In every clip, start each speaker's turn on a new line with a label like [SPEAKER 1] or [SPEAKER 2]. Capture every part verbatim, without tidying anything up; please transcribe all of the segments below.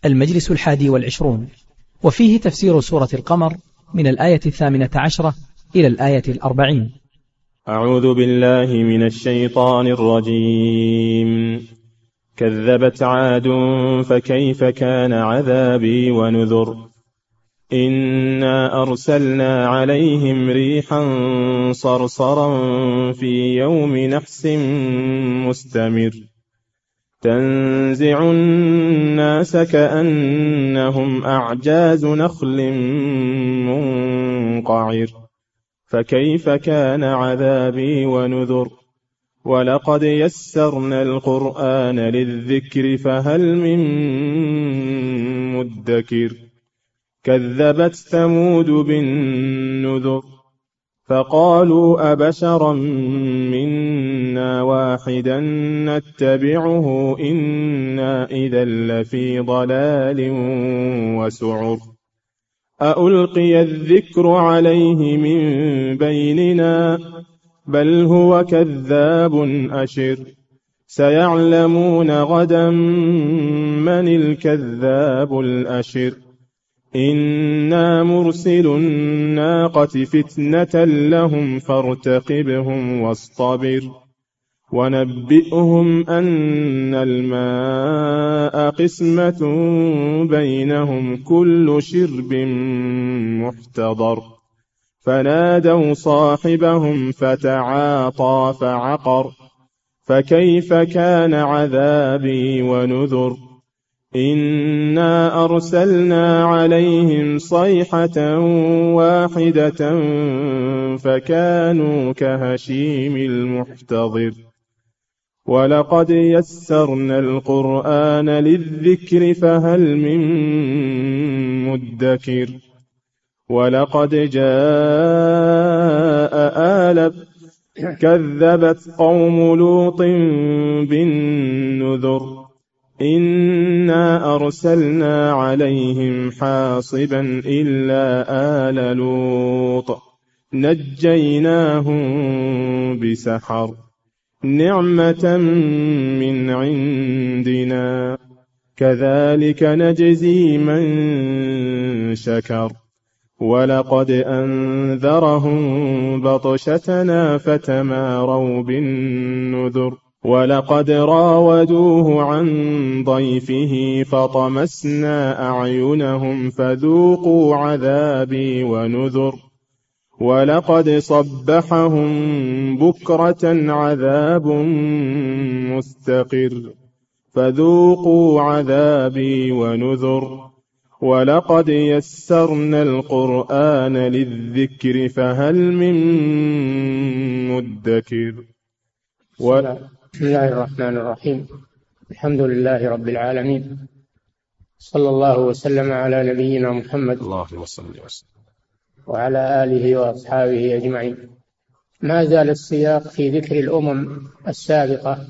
[SPEAKER 1] المجلس الحادي والعشرون، وفيه تفسير سورة القمر من الآية الثامنة عشرة إلى الآية الأربعين.
[SPEAKER 2] أعوذ بالله من الشيطان الرجيم. كذبت عاد فكيف كان عذابي ونذر. إنا أرسلنا عليهم ريحا صرصرا في يوم نحس مستمر تنزع الناس كأنهم أعجاز نخل منقعر فكيف كان عذابي ونذر. ولقد يسرنا القرآن للذكر فهل من مدكر. كذبت ثمود بالنذر فقالوا أبشرا منا واحدا نتبعه إنا إذا لفي ضلال وسعر. أألقي الذكر عليه من بيننا بل هو كذاب أشر. سيعلمون غدا من الكذاب الأشر. إنا مرسل الناقة فتنة لهم فارتقبهم واصطبر. ونبئهم أن الماء قسمة بينهم كل شرب محتضر. فنادوا صاحبهم فتعاطى فعقر فكيف كان عذابي ونذر. إنا أرسلنا عليهم صيحة واحدة فكانوا كهشيم المحتضر. ولقد يسرنا القرآن للذكر فهل من مدكر. ولقد جاء آل كذبت قوم لوط بالنذر. إنا أرسلنا عليهم حاصبا إلا آل لوط نجيناهم بسحر نعمة من عندنا كذلك نجزي من شكر. ولقد أنذرهم بطشتنا فتماروا بالنذر. ولقد راودوه عن ضيفه فطمسنا أعينهم فذوقوا عذابي ونذر. ولقد صبحهم بكرة عذاب مستقر فذوقوا عذابي ونذر. ولقد يسرنا القرآن للذكر فهل من مدكر.
[SPEAKER 3] و... بسم الله الرحمن الرحيم. الحمد لله رب العالمين، صلى الله وسلم على نبينا محمد
[SPEAKER 2] اللهم صل وسلم
[SPEAKER 3] وعلى آله وأصحابه أجمعين. ما زال السياق في ذكر الأمم السابقة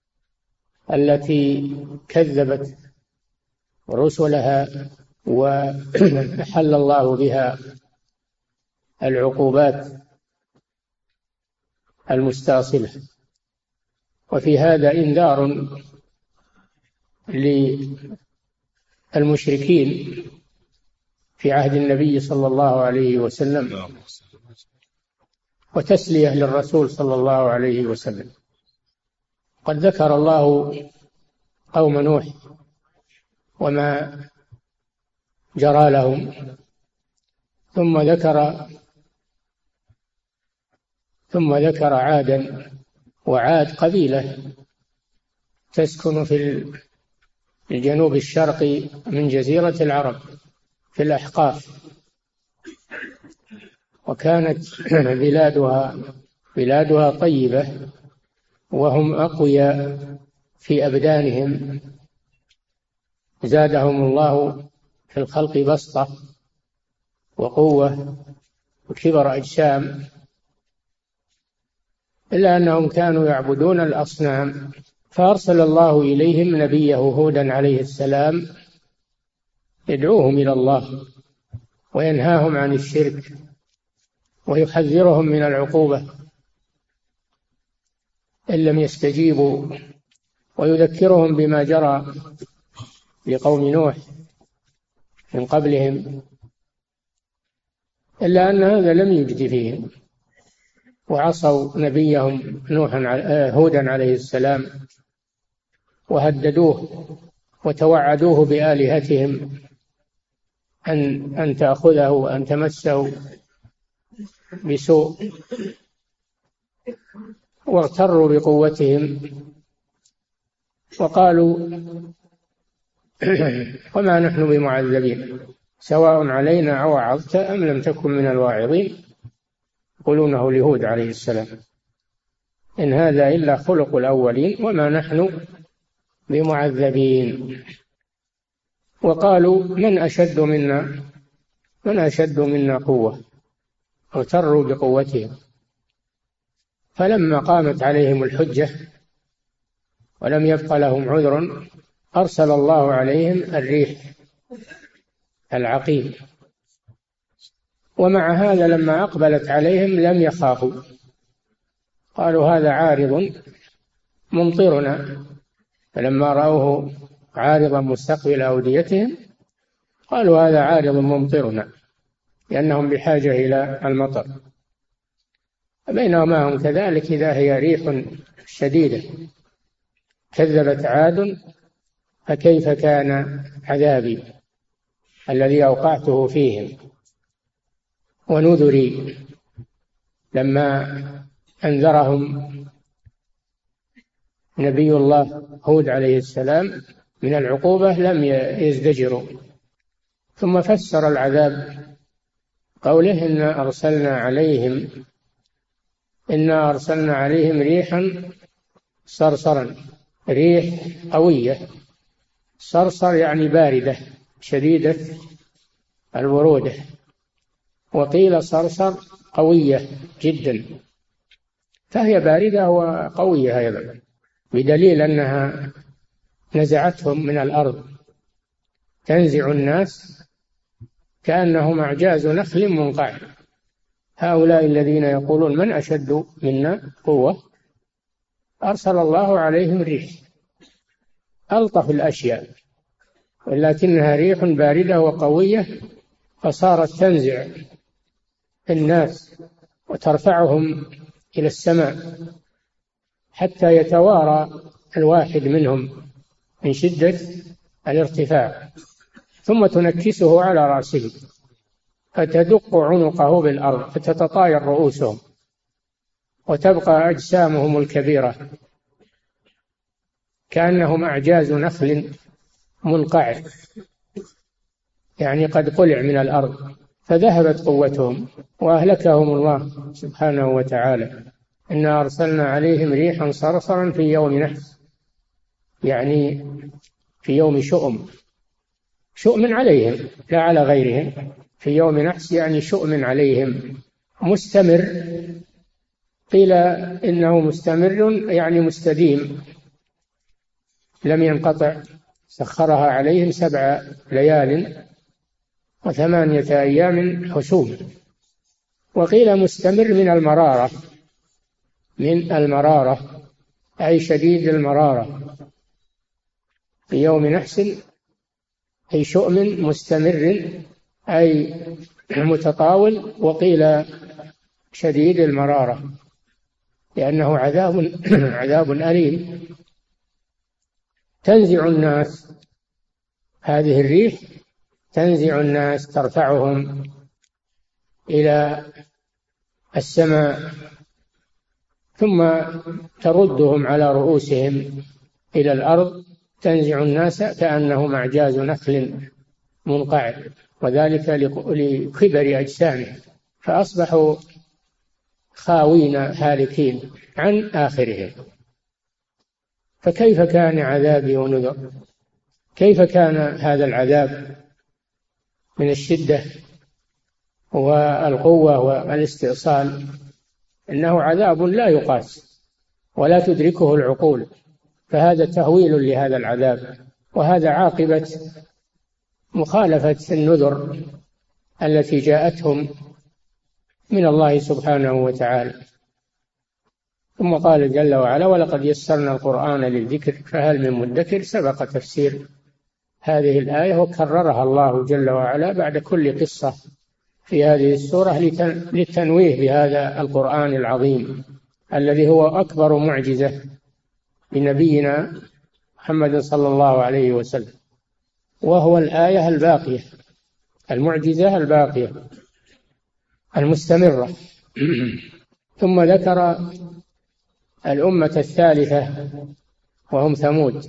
[SPEAKER 3] التي كذبت رسلها وحل الله بها العقوبات المستأصلة. وفي هذا إنذار للمشركين في عهد النبي صلى الله عليه وسلم وتسلية للرسول صلى الله عليه وسلم. قد ذكر الله قوم نوح وما جرى لهم، ثم ذكر ثم ذكر عادا. وعاد قبيلة تسكن في الجنوب الشرقي من جزيرة العرب في الأحقاف، وكانت بلادها بلادها طيبة وهم أقوياء في أبدانهم، زادهم الله في الخلق بسطة وقوة وكبر أجسام، إلا أنهم كانوا يعبدون الأصنام. فأرسل الله إليهم نبيه هودا عليه السلام يدعوهم إلى الله وينهاهم عن الشرك ويحذرهم من العقوبة إن لم يستجيبوا، ويذكرهم بما جرى لقوم نوح من قبلهم، إلا أن هذا لم يجد فيهم، وعصوا نبيهم نوحا هودا عليه السلام وهددوه وتوعدوه بآلهتهم أن أن تأخذه وأن تمسه بسوء، واغتروا بقوتهم وقالوا وما نحن بمعذبين سواء علينا أوعظت أم لم تكن من الواعظين، يقولونه لهود عليه السلام إن هذا إلا خلق الأولين وما نحن بمعذبين. وقالوا من أشد منا من أشد منا قوة، اغتروا بقوتهم. فلما قامت عليهم الحجة ولم يبق لهم عذر أرسل الله عليهم الريح العقيم، ومع هذا لما أقبلت عليهم لم يخافوا، قالوا هذا عارض ممطرنا، فلما رأوه عارضا مستقبل أوديتهم قالوا هذا عارض ممطرنا، لأنهم بحاجة إلى المطر. بينما هم كذلك إذا هي ريح شديدة. كذبت عاد فكيف كان عذابي الذي أوقعته فيهم ونذري. لما أنذرهم نبي الله هود عليه السلام من العقوبة لم يزدجروا، ثم فسر العذاب قوله إنا أرسلنا عليهم إنا أرسلنا عليهم ريحا صرصرا، ريح قوية، صرصر يعني باردة شديدة البرودة، وقيل صرصر قوية جدا، فهي باردة وقوية أيضا، بدليل أنها نزعتهم من الأرض، تنزع الناس كأنهم أعجاز نخل منقعر. هؤلاء الذين يقولون من أشد منا قوة أرسل الله عليهم ريح ألطف الأشياء، ولكنها ريح باردة وقوية، فصارت تنزع الناس وترفعهم إلى السماء حتى يتوارى الواحد منهم من شدة الارتفاع، ثم تنكسه على رأسه فتدق عنقه بالأرض فتتطاير رؤوسهم وتبقى أجسامهم الكبيرة كأنهم أعجاز نخل منقعر، يعني قد قلع من الأرض، فذهبت قوتهم وأهلكهم الله سبحانه وتعالى. إنا أرسلنا عليهم ريحا صرصرا في يوم نحس، يعني في يوم شؤم، شؤم عليهم لا على غيرهم، في يوم نحس يعني شؤم عليهم مستمر، قيل إنه مستمر يعني مستديم لم ينقطع، سخرها عليهم سبع ليال وثمانية أيام حسوم. وقيل مستمر من المرارة، من المرارة أي شديد المرارة، في يوم نحس أي شؤم مستمر أي متطاول، وقيل شديد المرارة لأنه عذاب عذاب أليم. تنزع الناس، هذه الريح تنزع الناس ترفعهم إلى السماء ثم تردهم على رؤوسهم إلى الأرض، تنزع الناس كأنهم أعجاز نخل منقعر، وذلك لكبر أجسامهم، فأصبحوا خاوين هالكين عن آخرهم. فكيف كان عذابي ونذر؟ كيف كان هذا العذاب من الشدة والقوة والاستئصال؟ إنه عذاب لا يقاس ولا تدركه العقول، فهذا تهويل لهذا العذاب، وهذا عاقبة مخالفة النذر التي جاءتهم من الله سبحانه وتعالى. ثم قال جل وعلا ولقد يسرنا القرآن للذكر فهل من مدكر، سبق تفسير هذه الآية وكررها الله جل وعلا بعد كل قصة في هذه السورة للتنويه بهذا القرآن العظيم الذي هو أكبر معجزة لنبينا محمد صلى الله عليه وسلم، وهو الآية الباقية، المعجزة الباقية المستمرة. ثم ذكر الأمة الثالثة وهم ثمود.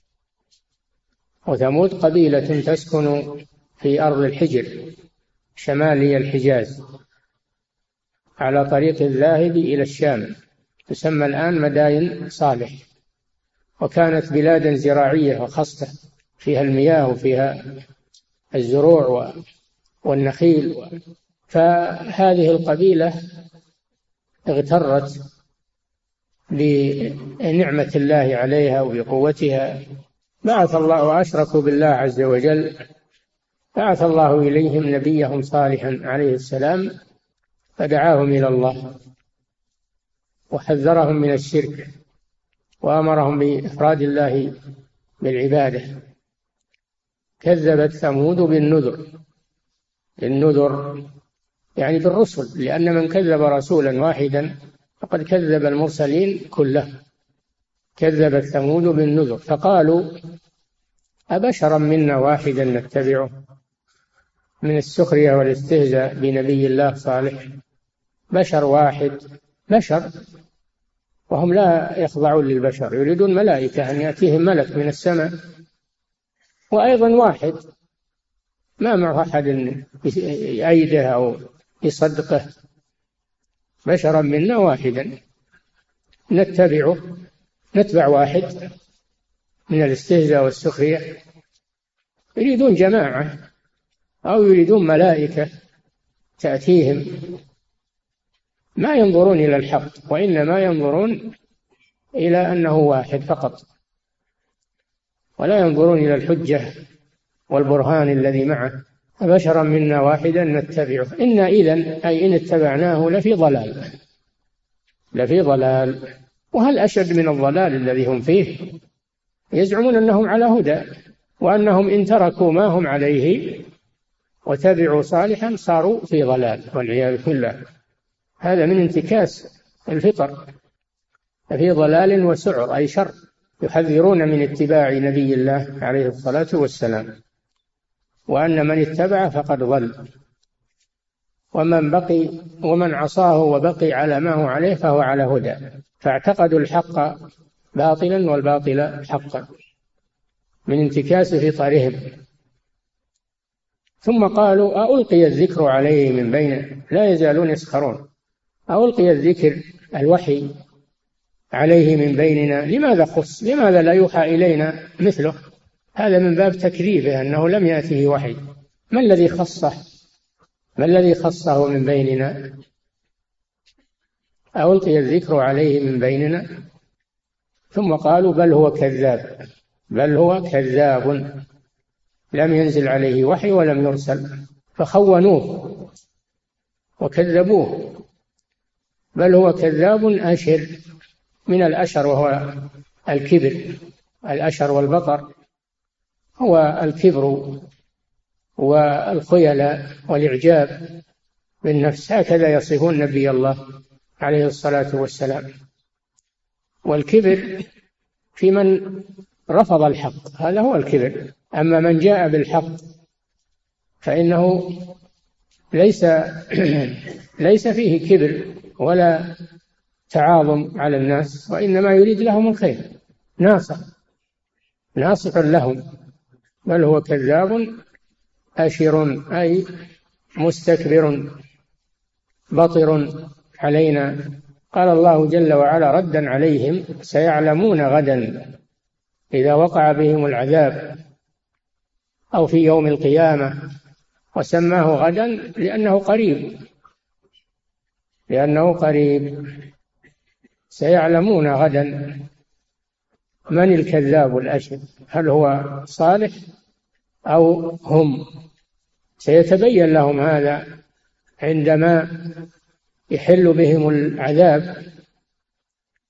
[SPEAKER 3] وثمود قبيلة تسكن في أرض الحجر شمالي الحجاز على طريق الذاهب إلى الشام، تسمى الآن مداين صالح، وكانت بلادا زراعية وخصبة فيها المياه وفيها الزروع والنخيل. فهذه القبيلة اغترت بنعمة الله عليها وبقوتها، بعث الله وأشركوا بالله عز وجل، بعث الله إليهم نبيهم صالحا عليه السلام فدعاهم إلى الله وحذرهم من الشرك وأمرهم بإفراد الله بالعبادة. كذبت ثمود بالنذر، النذر يعني بالرسل، لأن من كذب رسولا واحدا فقد كذب المرسلين كله. كذبت ثمود بالنذر فقالوا أبشرا منا واحدا نتبعه، من السخرية والاستهزاء بنبي الله صالح. بشر واحد، بشر، وهم لا يخضعون للبشر، يريدون ملائكة أن يأتيهم ملك من السماء، وأيضا واحد ما معه أحد يأيده أو يصدقه. بشرا منا واحدا نتبعه، نتبع واحد من الاستهزاء والسخرية. يريدون جماعة أو يريدون ملائكة تأتيهم، ما ينظرون إلى الحق وإنما ينظرون إلى أنه واحد فقط، ولا ينظرون إلى الحجة والبرهان الذي معه. فبشرا منا واحدا نتبعه إنا إذن أي إن اتبعناه لفي ضلال، لفي ضلال. وهل أشد من الضلال الذي هم فيه؟ يزعمون أنهم على هدى، وأنهم إن تركوا ما هم عليه وتبعوا صالحا صاروا في ضلال والعياذ بالله. هذا من انتكاس الفطر، في ضلال وسعر أي شر. يحذرون من اتباع نبي الله عليه الصلاة والسلام، وأن من اتبع فقد ضل، ومن بقي ومن عصاه وبقي على ما هو عليه فهو على هدى. فاعتقدوا الحق باطلا والباطل حقا من انتكاس فطرهم. ثم قالوا ألقي الذكر عليه من بين، لا يزالون يسخرون. ألقي الذكر الوحي عليه من بيننا، لماذا خص؟ لماذا لا يوحى إلينا مثله؟ هذا من باب تكذيبه أنه لم يأته وحي. ما الذي خصه؟ ما الذي خصه من بيننا؟ ألقي الذكر عليه من بيننا. ثم قالوا بل هو كذاب، بل هو كذاب لم ينزل عليه وحي ولم يرسل، فخونوه وكذبوه. بل هو كذاب أشر، من الأشر وهو الكبر، الأشر والبطر هو الكبر والخيلاء والإعجاب بالنفس، هكذا يصفون نبي الله عليه الصلاة والسلام. والكبر في من رفض الحق، هذا هو الكبر. أما من جاء بالحق فإنه ليس ليس فيه كبر ولا تعاظم على الناس، وإنما يريد لهم الخير، ناصح ناصح لهم. بل هو كذاب أشر أي مستكبر بطر علينا. قال الله جل وعلا ردا عليهم سيعلمون غدا إذا وقع بهم العذاب أو في يوم القيامة، وسماه غدا لأنه قريب، لأنه قريب. سيعلمون غدا من الكذاب الأشر، هل هو صالح أو هم. سيتبين لهم هذا عندما يحل بهم العذاب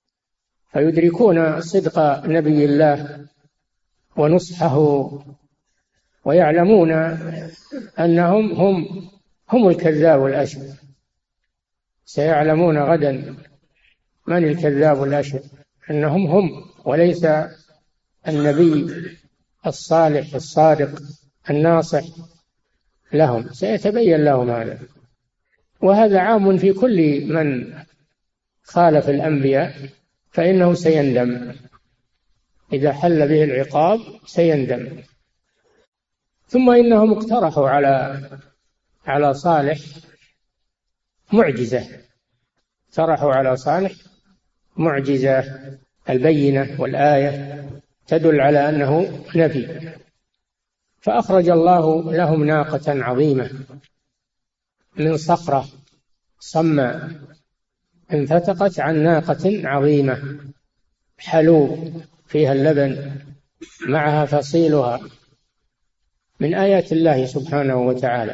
[SPEAKER 3] فيدركون صدق نبي الله ونصحه ويعلمون أنهم هم هم الكذاب الأشر. سيعلمون غدا من الكذاب الأشر، أنهم هم وليس النبي الصالح الصادق الناصح لهم. سيتبين لهم هذا، وهذا عام في كل من خالف الأنبياء، فإنه سيندم إذا حل به العقاب، سيندم. ثم إنهم اقترحوا على على صالح معجزة، اقترحوا على صالح معجزة، البينة والآية تدل على أنه نبي. فأخرج الله لهم ناقة عظيمة من صخرة صماء، انفتقت عن ناقة عظيمة حلوب فيها اللبن معها فصيلها، من آيات الله سبحانه وتعالى.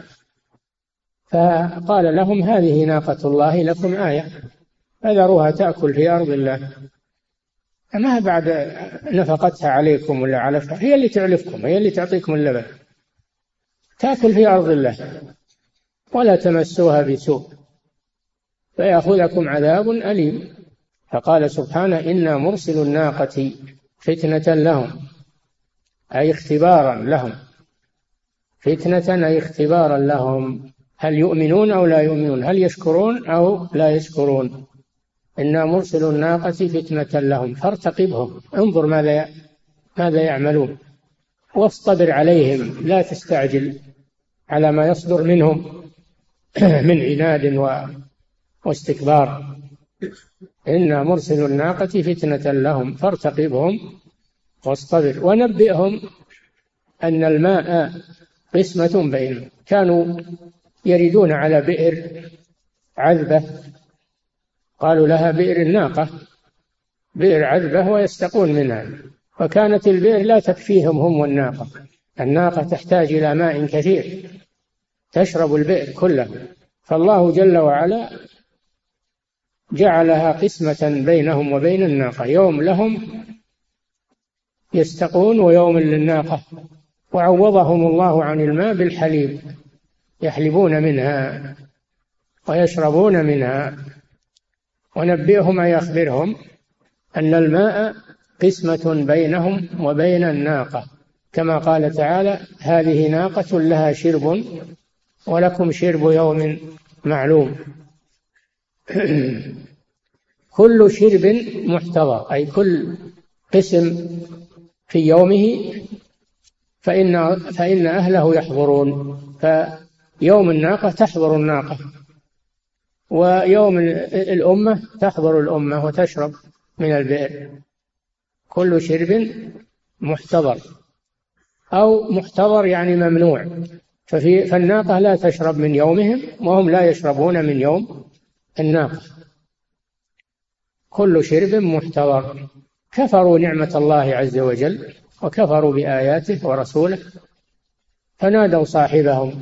[SPEAKER 3] فقال لهم هذه ناقة الله لكم آية، فذروها تأكل في أرض الله، ما بعد نفقتها عليكم ولا علفها، هي اللي تعلفكم، هي اللي تعطيكم اللبن، تأكل في أرض الله ولا تمسوها بسوء فيأخذكم عذاب أليم. فقال سبحانه إنا مرسل الناقة فتنة لهم، أي اختبارا لهم، فتنة أي اختبارا لهم، هل يؤمنون أو لا يؤمنون، هل يشكرون أو لا يشكرون. إنا مرسل الناقة فتنة لهم فارتقبهم، انظر ماذا ماذا يعملون، واصطبر عليهم، لا تستعجل على ما يصدر منهم من عناد واستكبار. إنا مرسل الناقة فتنة لهم فارتقبهم واصطبر، ونبئهم أن الماء قسمة بينهم. كانوا يردون على بئر عذبة، قالوا لها بئر الناقة، بئر عذبة، ويستقون منها، فكانت البئر لا تكفيهم هم والناقة، الناقة تحتاج إلى ماء كثير تشرب البئر كله، فالله جل وعلا جعلها قسمة بينهم وبين الناقة، يوم لهم يستقون ويوم للناقة. وعوضهم الله عن الماء بالحليب، يحلبون منها ويشربون منها. ونبئهم أي أخبرهم أن الماء قسمة بينهم وبين الناقة، كما قال تعالى هذه ناقة لها شرب ولكم شرب يوم معلوم. كل شرب محتضر، أي كل قسم في يومه فإن, فإن أهله يحضرون، فيوم الناقة تحضر الناقة، ويوم الأمة تحضر الأمة وتشرب من البئر. كل شرب محتضر، أو محتضر يعني ممنوع، ففي فالناقة لا تشرب من يومهم وهم لا يشربون من يوم الناقة. كل شرب محتضر. كفروا نعمة الله عز وجل وكفروا بآياته ورسوله، فنادوا صاحبهم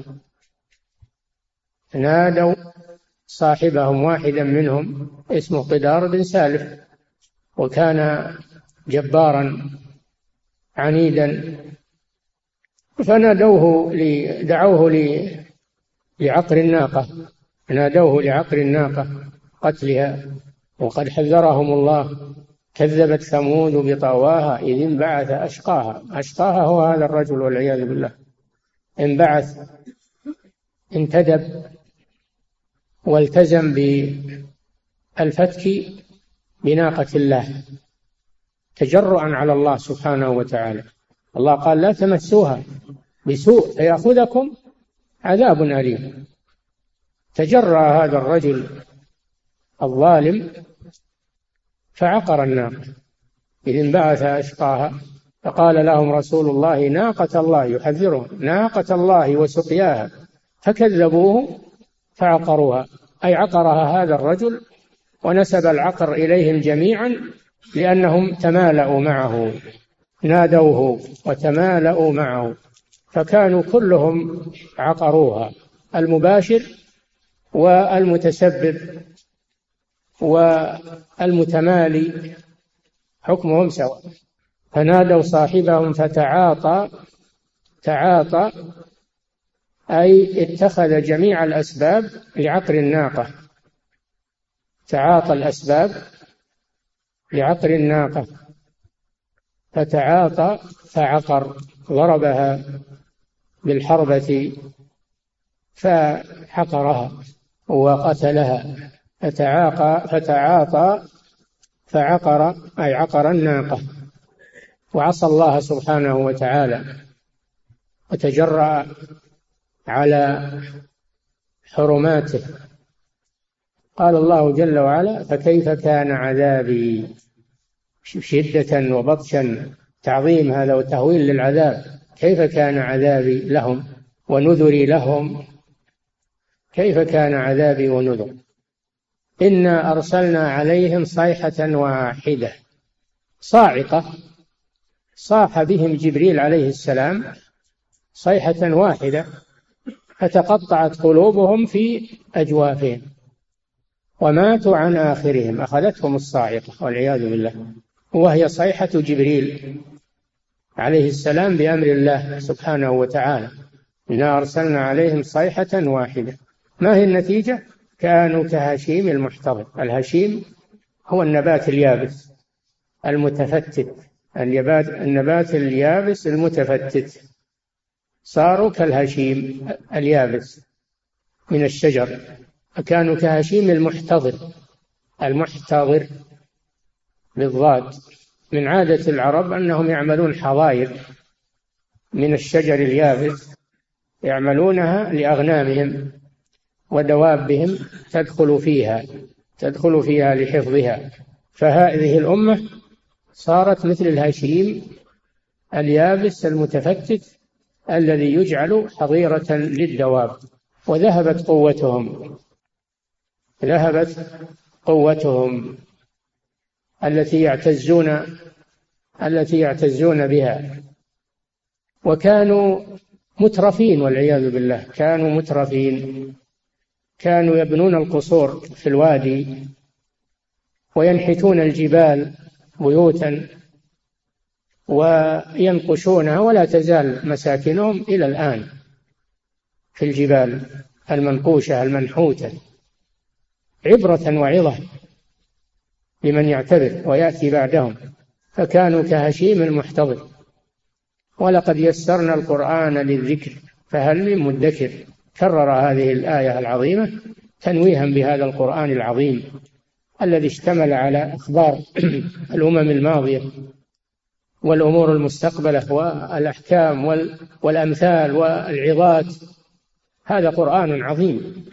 [SPEAKER 3] نادوا صاحبهم واحدا منهم اسمه قدار بن سالف، وكان جبارا عنيدا، فنادوه دعوه لعقر الناقة، نادوه لعقر الناقة قتلها، وقد حذرهم الله كذبت ثمود بطواها إذ انبعث أشقاها. أشقاها هو هذا الرجل والعياذ بالله، انبعث انتدب والتزم بالفتك بناقة الله تجرؤا على الله سبحانه وتعالى. الله قال لا تمسوها بسوء فيأخذكم عذاب أليم. تجرأ هذا الرجل الظالم فعقر الناقة إذ انبعث أشقاها، فقال لهم رسول الله ناقة الله، يحذرهم ناقة الله وسقياها، فكذبوه فعقروها، أي عقرها هذا الرجل، ونسب العقر إليهم جميعا لأنهم تمالؤوا معه، نادوه وتمالؤوا معه، فكانوا كلهم عقروها، المباشر والمتسبب والمتمالي حكمهم سواء. فنادوا صاحبهم فتعاطى تعاطى أي اتخذ جميع الأسباب لعقر الناقة، تعاطى الأسباب لعقر الناقة، فتعاطى فعقر، ضربها بالحربة فحقرها وقتلها، فتعاقى فتعاطى فعقر أي عقر الناقة، وعصى الله سبحانه وتعالى وتجرأ على حرماته. قال الله جل وعلا: فكيف كان عذابي، شدة وبطشا، تعظيم هذا وتهويل للعذاب. كيف كان عذابي لهم ونذري لهم، كيف كان عذابي ونذر. إنا أرسلنا عليهم صيحة واحدة، صاعقة، صاح بهم جبريل عليه السلام صيحة واحدة فتقطعت قلوبهم في أجوافهم وماتوا عن آخرهم، أخذتهم الصاعقة والعياذ بالله، وهي صيحة جبريل عليه السلام بأمر الله سبحانه وتعالى. إنا أرسلنا عليهم صيحة واحدة. ما هي النتيجة؟ كانوا كهشيم المحتضر. الهشيم هو النبات اليابس المتفتت، النبات اليابس المتفتت، صاروا كالهشيم اليابس من الشجر. كانوا كهشيم المحتضر، المحتضر بالضاد. من عادة العرب أنهم يعملون حظاير من الشجر اليابس، يعملونها لأغنامهم ودوابهم تدخل فيها تدخل فيها لحفظها. فهذه الأمة صارت مثل الهشيم اليابس المتفتت الذي يجعل حظيرة للدواب، وذهبت قوتهم ذهبت قوتهم التي يعتزون التي يعتزون بها. وكانوا مترفين والعياذ بالله، كانوا مترفين، كانوا يبنون القصور في الوادي وينحتون الجبال بيوتا وينقشونها، ولا تزال مساكنهم إلى الآن في الجبال المنقوشة المنحوتة، عبرة وعظة لمن يعتبر ويأتي بعدهم. فكانوا كهشيم المحتضر. ولقد يسرنا القرآن للذكر فهل من مدكر. كرر هذه الآية العظيمة تنويها بهذا القرآن العظيم الذي اشتمل على أخبار الأمم الماضية والأمور المستقبلة والأحكام والأمثال والعظات. هذا قرآن عظيم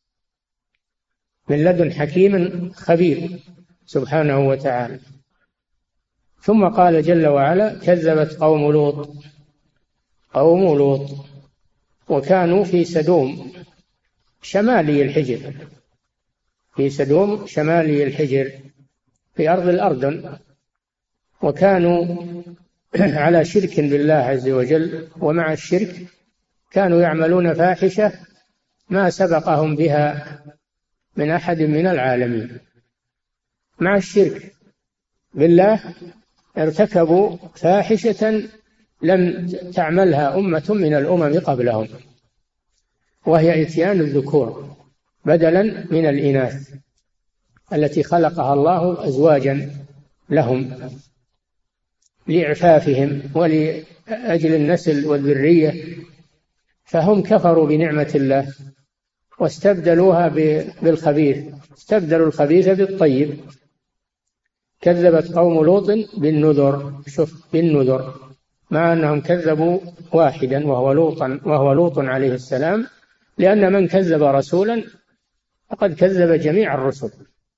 [SPEAKER 3] من لدن حكيم خبير سبحانه وتعالى. ثم قال جل وعلا: كذبت قوم لوط قوم لوط وكانوا في سدوم شمالي الحجر في سدوم شمالي الحجر في أرض الأردن، وكانوا على شرك بالله عز وجل. ومع الشرك كانوا يعملون فاحشة ما سبقهم بها من أحد من العالمين. مع الشرك بالله ارتكبوا فاحشة لم تعملها أمة من الأمم قبلهم، وهي إتيان الذكور بدلا من الإناث التي خلقها الله أزواجا لهم لإعفافهم ولأجل النسل والذرية. فهم كفروا بنعمة الله واستبدلوها بالخبيث، استبدلوا الخبيث بالطيب. كذبت قوم لوط بالنذر، شوف بالنذر، مع أنهم كذبوا واحدا وهو لوط وهو لوط عليه السلام، لأن من كذب رسولا فقد كذب جميع الرسل.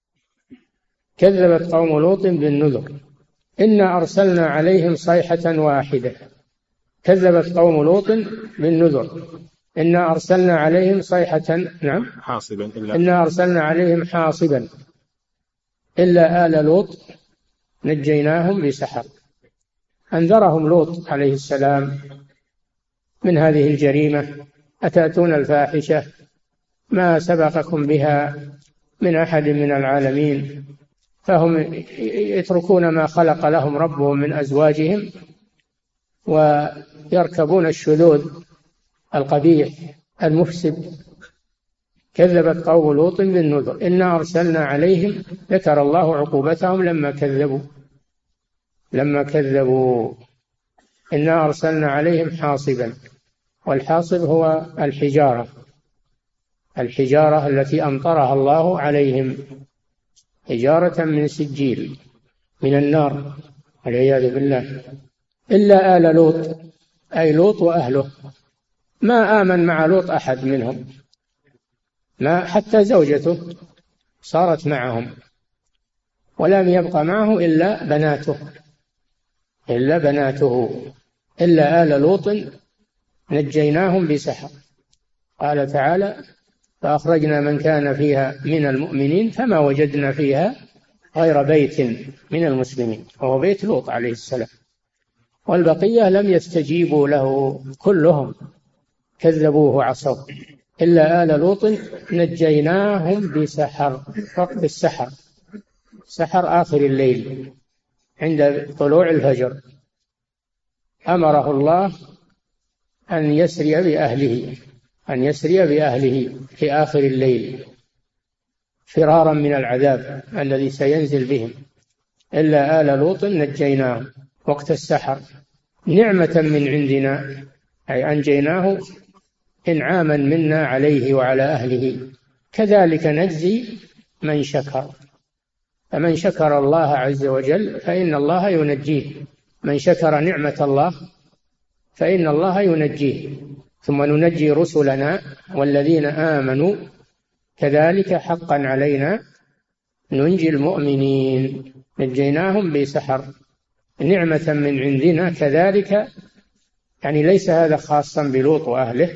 [SPEAKER 3] كذبت قوم لوط بالنذر إنا أرسلنا عليهم صيحة واحدة. كذبت قوم لوط بالنذر إنا أرسلنا عليهم صيحة نعم
[SPEAKER 2] حاصبا إلا
[SPEAKER 3] إنا أرسلنا عليهم حاصبا إلا آل لوط نجيناهم بسحر. أنذرهم لوط عليه السلام من هذه الجريمة: أتأتون الفاحشة ما سبقكم بها من أحد من العالمين. فهم يتركون ما خلق لهم ربهم من أزواجهم ويركبون الشذوذ القبيح المفسد. كذبت قوم لوط بالنذر إنا أرسلنا عليهم، ذكر الله عقوبتهم لما كذبوا لما كذبوا إنا أرسلنا عليهم حاصبا، والحاصب هو الحجارة الحجارة التي أمطرها الله عليهم، حجارة من سجيل من النار والعياذ بالله. إلا آل لوط، أي لوط وأهله، ما آمن مع لوط أحد منهم، ما حتى زوجته صارت معهم، ولم يبق معه إلا بناته إلا بناته إلا آل لوط نجيناهم بسحر. قال تعالى فأخرجنا من كان فيها من المؤمنين فما وجدنا فيها غير بيت من المسلمين، وهو بيت لوط عليه السلام، والبقية لم يستجيبوا له كلهم كذبوه وعصوا. إلا آل لوط نجيناهم بسحر، وقت السحر، سحر آخر الليل عند طلوع الفجر، أمره الله أن يسري بأهله أن يسري بأهله في آخر الليل فرارا من العذاب الذي سينزل بهم. إلا آل لوط نجيناهم وقت السحر نعمة من عندنا، أي أنجيناه إنعاما منا عليه وعلى أهله. كذلك نجزي من شكر، فمن شكر الله عز وجل فإن الله ينجيه، من شكر نعمة الله فإن الله ينجيه. ثم ننجي رسلنا والذين آمنوا كذلك حقا علينا ننجي المؤمنين. نجيناهم بسحر نعمة من عندنا كذلك، يعني ليس هذا خاصا بلوط وأهله،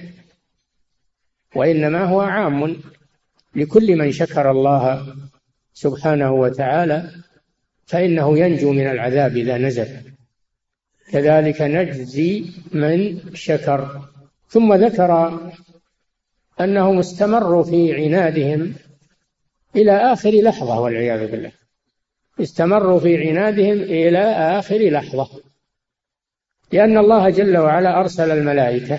[SPEAKER 3] وإنما هو عام لكل من شكر الله سبحانه وتعالى فإنه ينجو من العذاب إذا نزل. كذلك نجزي من شكر. ثم ذكر أنهم استمروا في عنادهم إلى آخر لحظة والعياذ بالله، استمروا في عنادهم إلى آخر لحظة، لأن الله جل وعلا أرسل الملائكة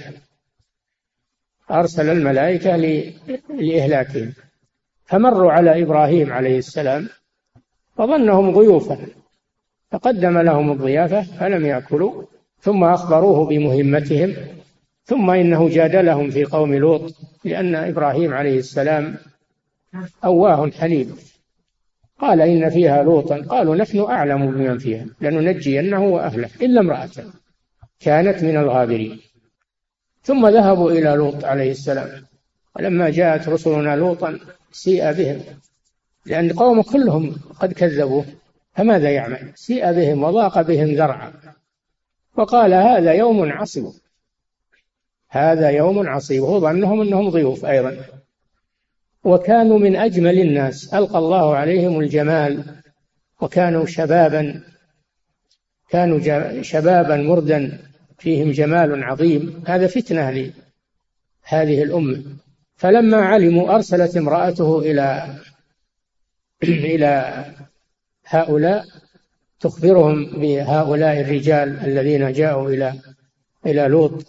[SPEAKER 3] أرسل الملائكة لإهلاكهم، فمروا على إبراهيم عليه السلام فظنهم ضيوفا فقدم لهم الضيافة فلم يأكلوا، ثم أخبروه بمهمتهم، ثم إنه جادلهم في قوم لوط لأن إبراهيم عليه السلام أواه حليم، قال إن فيها لوطا، قالوا نحن أعلم بمن فيها لننجينه وأهله إلا امرأته كانت من الغابرين. ثم ذهبوا إلى لوط عليه السلام، ولما جاءت رسلنا لوطا سيء بهم لأن قوم كلهم قد كذبوه، فماذا يعمل؟ سيء بهم وضاق بهم ذرعا، وقال هذا يوم عصيب هذا يوم عصيب هو ظنهم أنهم ضيوف أيضا، وكانوا من أجمل الناس، ألقى الله عليهم الجمال، وكانوا شبابا كانوا شبابا مردا فيهم جمال عظيم، هذا فتنة لهذه الأمة. فلما علموا أرسلت امرأته إلى إلى هؤلاء تخبرهم بهؤلاء الرجال الذين جاءوا إلى إلى لوط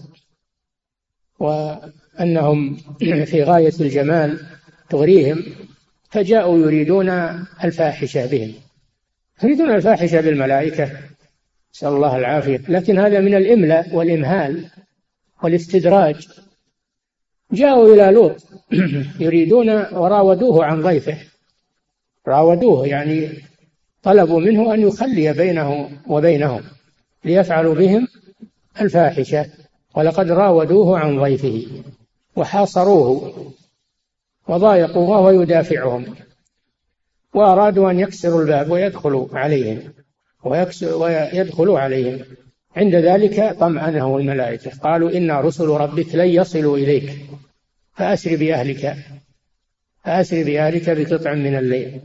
[SPEAKER 3] وأنهم في غاية الجمال تغريهم، فجاءوا يريدون الفاحشة بهم، يريدون الفاحشة بالملائكة، نسأل الله العافية، لكن هذا من الإملاء والإمهال والاستدراج. جاءوا إلى لوط يريدون وراودوه عن ضيفه، راودوه يعني طلبوا منه أن يخلي بينه وبينهم ليفعلوا بهم الفاحشة، ولقد راودوه عن ضيفه وحاصروه وضايقوا وهو يدافعهم، وأرادوا أن يكسروا الباب ويدخلوا عليهم ويدخلوا عليهم عند ذلك طمأنه الملائكة، قالوا إنا رسل ربك لن يصلوا إليك فأسر بأهلك فأسر بأهلك بقطع من الليل.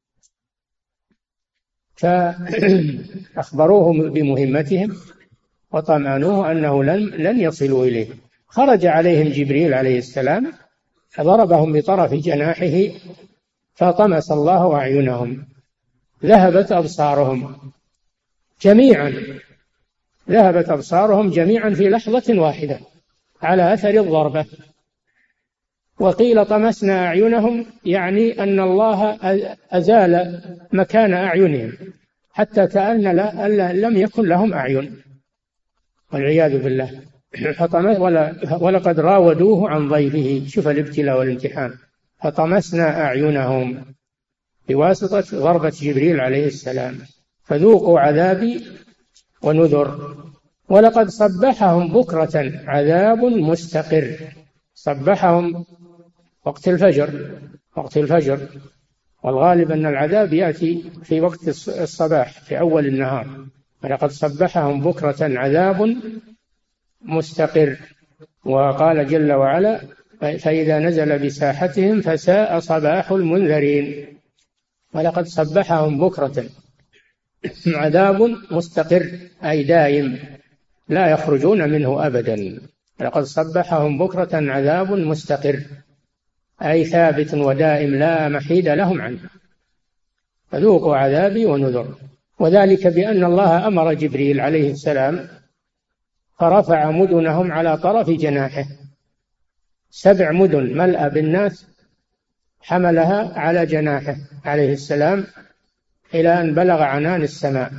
[SPEAKER 3] فأخبروهم بمهمتهم وطمأنوه أنه لن, لن يصلوا إليه. خرج عليهم جبريل عليه السلام فضربهم بطرف جناحه فطمس الله أعينهم، ذهبت أبصارهم جميعا ذهبت أبصارهم جميعا في لحظة واحدة على أثر الضربة. وقيل طمسنا أعينهم، يعني أن الله أزال مكان أعينهم حتى كأن لم يكن لهم أعين والعياذ بالله. ولقد راودوه عن ضيفه، شوف الابتلاء والامتحان، فطمسنا أعينهم بواسطة ضربة جبريل عليه السلام، فذوقوا عذابي ونذر. ولقد صبحهم بكرة عذاب مستقر، صبحهم وقت الفجر، وقت الفجر، والغالب أن العذاب يأتي في وقت الصباح في أول النهار. ولقد صبحهم بكرة عذاب مستقر. وقال جل وعلا: فإذا نزل بساحتهم فساء صباح المنذرين. ولقد صبحهم بكرة عذاب مستقر، أي دائم لا يخرجون منه أبدا. لقد صبحهم بكرة عذاب مستقر، أي ثابت ودائم لا محيد لهم عنه. فذوقوا عذابي ونذر. وذلك بأن الله أمر جبريل عليه السلام فرفع مدنهم على طرف جناحه، سبع مدن ملأ بالناس حملها على جناحه عليه السلام إلى أن بلغ عنان السماء،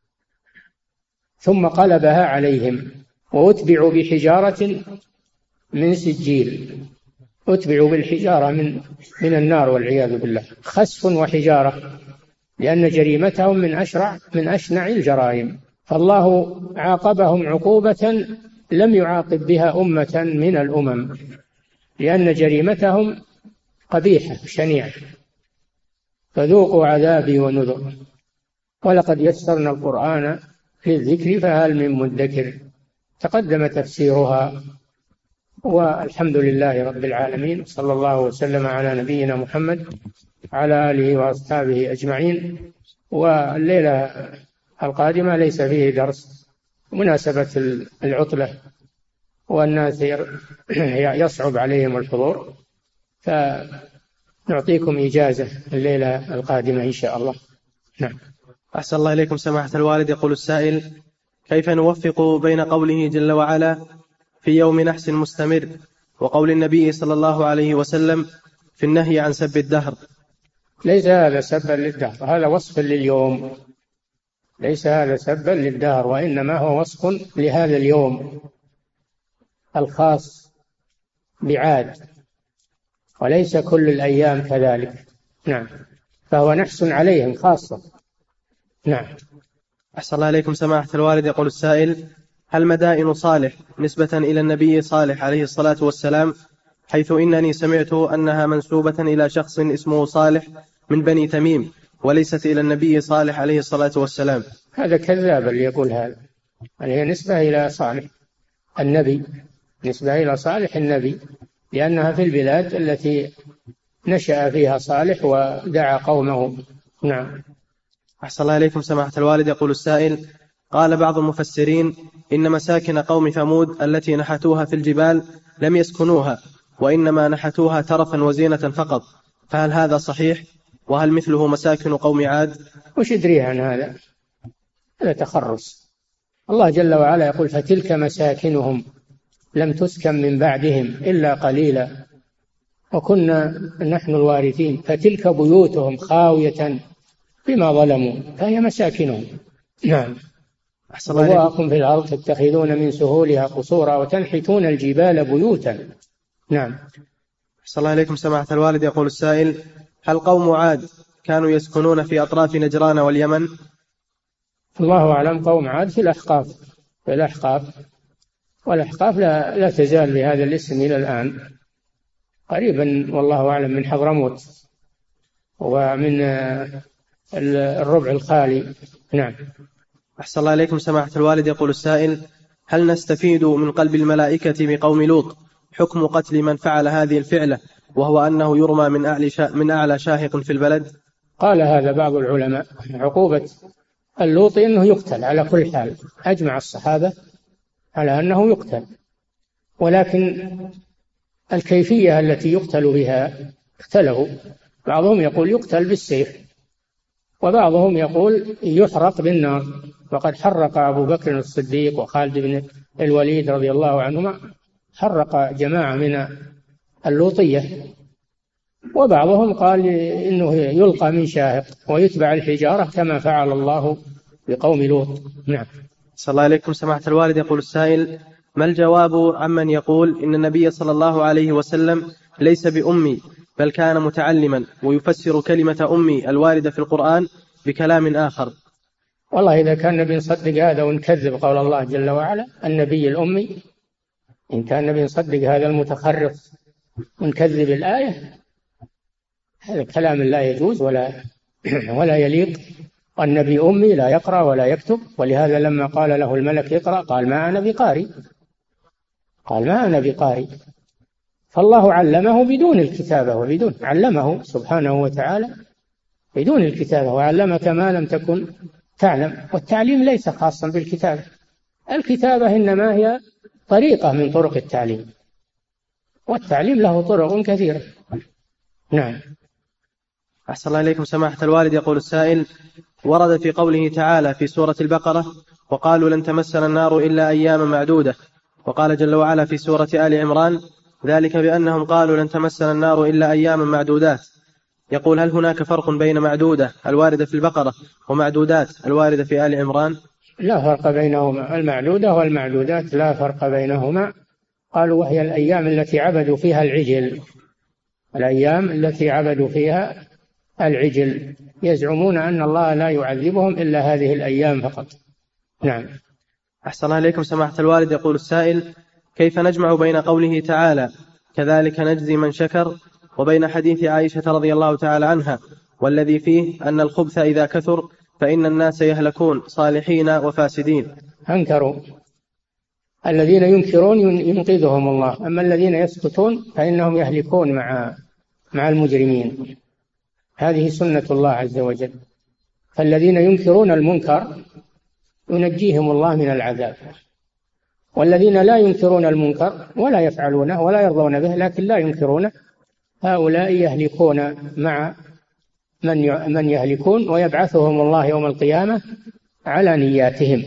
[SPEAKER 3] ثم قلبها عليهم وأتبعوا بحجارة من سجيل، أتبعوا بالحجارة من من النار والعياذ بالله، خسف وحجارة، لأن جريمتهم من أشرع من أشنع الجرائم. فالله عاقبهم عقوبة لم يعاقب بها أمة من الأمم، لأن جريمتهم قبيحة شنيعة. فذوقوا عذابي ونذر. ولقد يسرنا القرآن للذكر فهل من مدكر. تقدم تفسيرها، والحمد لله رب العالمين، صلى الله وسلم على نبينا محمد على آله وأصحابه أجمعين. والليلة القادمة ليس فيه درس مناسبة العطلة والناس يصعب عليهم الحضور، فنعطيكم إجازة الليلة القادمة إن شاء الله. نعم.
[SPEAKER 4] أحسن الله إليكم سماحة الوالد. يقول السائل: كيف نوفق بين قوله جل وعلا في يوم نحس مستمر وقول النبي صلى الله عليه وسلم في النهي عن سب الدهر؟
[SPEAKER 3] ليس هذا سبا للدهر، هذا وصف لليوم، ليس هذا سبا للدهر، وإنما هو وصف لهذا اليوم الخاص بعاد، وليس كل الأيام كذلك. نعم، فهو نحس عليهم خاصة. نعم.
[SPEAKER 4] أحسن الله إليكم سماحة الوالد. يقول السائل: هل مدائن صالح نسبة إلى النبي صالح عليه الصلاة والسلام، حيث إنني سمعت أنها منسوبة إلى شخص اسمه صالح من بني تميم وليست إلى النبي صالح عليه الصلاة والسلام؟
[SPEAKER 3] هذا كذاب اللي يقول هذا، هي نسبة إلى صالح النبي، نسبة إلى صالح النبي، لأنها في البلاد التي نشأ فيها صالح ودعا قومه. نعم.
[SPEAKER 4] أحسن الله إليكم سماحة الوالد. يقول السائل: قال بعض المفسرين إن مساكن قوم ثمود التي نحتوها في الجبال لم يسكنوها، وإنما نحتوها ترفا وزينة فقط، فهل هذا صحيح؟ وهل مثله مساكن قوم عاد؟
[SPEAKER 3] وش يدري عن هذا؟ هذا تخرص. الله جل وعلا يقول: فتلك مساكنهم لم تسكن من بعدهم إلا قليلا وكنا نحن الوارثين، فتلك بيوتهم خاوية بما ظلموا فهي مساكنهم. نعم. وبواكم في الأرض تتخذون من سهولها قصورا وتنحتون الجبال بيوتا. نعم.
[SPEAKER 4] أحسن الله إليكم سماحة الوالد. يقول السائل: هل قوم عاد كانوا يسكنون في أطراف نجران واليمن؟
[SPEAKER 3] الله أعلم. قوم عاد في الأحقاف، في الأحقاف، والأحقاف لا, لا تزال بهذا الاسم إلى الآن، قريبا والله أعلم من حضرموت ومن الربع الخالي. نعم.
[SPEAKER 4] أحسن الله إليكم سماحة الوالد. يقول السائل: هل نستفيد من قلب الملائكة بقوم لوط حكم قتل من فعل هذه الفعلة وهو أنه يرمى من أعلى من أعلى شاهق في البلد؟
[SPEAKER 3] قال هذا بعض العلماء، عقوبة اللوط أنه يقتل على كل حال، أجمع الصحابة على أنه يقتل، ولكن الكيفية التي يقتل بها اختلفوا. بعضهم يقول يقتل بالسيف، وبعضهم يقول يحرق بالنار، وقد حرق أبو بكر الصديق وخالد بن الوليد رضي الله عنهما، حرق جماعة من اللوطية، وبعضهم قال إنه يلقى من شاهق ويتبع الحجارة كما فعل الله بقوم لوط. نعم.
[SPEAKER 4] صلى الله عليكم سماحة الوالد. يقول السائل: ما الجواب عمن يقول إن النبي صلى الله عليه وسلم ليس بأمي بل كان متعلما ويفسر كلمة أمي الواردة في القرآن بكلام آخر؟
[SPEAKER 3] والله إذا كان نبي نصدق هذا ونكذب قول الله جل وعلا النبي الأمي، إن كان نبي نصدق هذا المتخرف ونكذب الآية، هذا كلام لا يجوز ولا ولا يليق. والنبي أمي لا يقرأ ولا يكتب، ولهذا لما قال له الملك اقرأ قال ما أنا بقارئ، قال ما أنا بقارئ. فالله علمه بدون الكتابة وبدون، علمه سبحانه وتعالى بدون الكتابة، وعلمك ما لم تكن تعلم. والتعليم ليس خاصا بالكتابة، الكتابة إنما هي طريقة من طرق التعليم، والتعليم له طرق كثيرة. نعم.
[SPEAKER 4] أحسن الله إليكم سماحة الوالد. يقول السائل: ورد في قوله تعالى في سورة البقرة: وقالوا لن تمسنا النار إلا أياما معدودة، وقال جل وعلا في سورة آل عمران: ذلك بأنهم قالوا لن تمسنا النار إلا أياما معدودات. يقول: هل هناك فرق بين معدودة الواردة في البقرة ومعدودات الواردة في آل عمران؟
[SPEAKER 3] لا فرق بينهما، المعدودة والمعدودات لا فرق بينهما. قالوا وهي الأيام التي عبدوا فيها العجل، الأيام التي عبدوا فيها العجل، يزعمون أن الله لا يعذبهم إلا هذه الأيام فقط. نعم.
[SPEAKER 4] أحسن الله إليكم سماحة الوالد. يقول السائل: كيف نجمع بين قوله تعالى كذلك نجزي من شكر وبين حديث عائشة رضي الله تعالى عنها والذي فيه أن الخبث إذا كثر فإن الناس يهلكون صالحين وفاسدين؟
[SPEAKER 3] أنكروا، الذين ينكرون ينقذهم الله، أما الذين يسكتون فإنهم يهلكون مع مع المجرمين. هذه سنة الله عز وجل. فالذين ينكرون المنكر ينجيهم الله من العذاب، والذين لا ينكرون المنكر ولا يفعلونه ولا يرضون به لكن لا ينكرونه، هؤلاء يهلكون مع من من يهلكون، ويبعثهم الله يوم القيامة على نياتهم.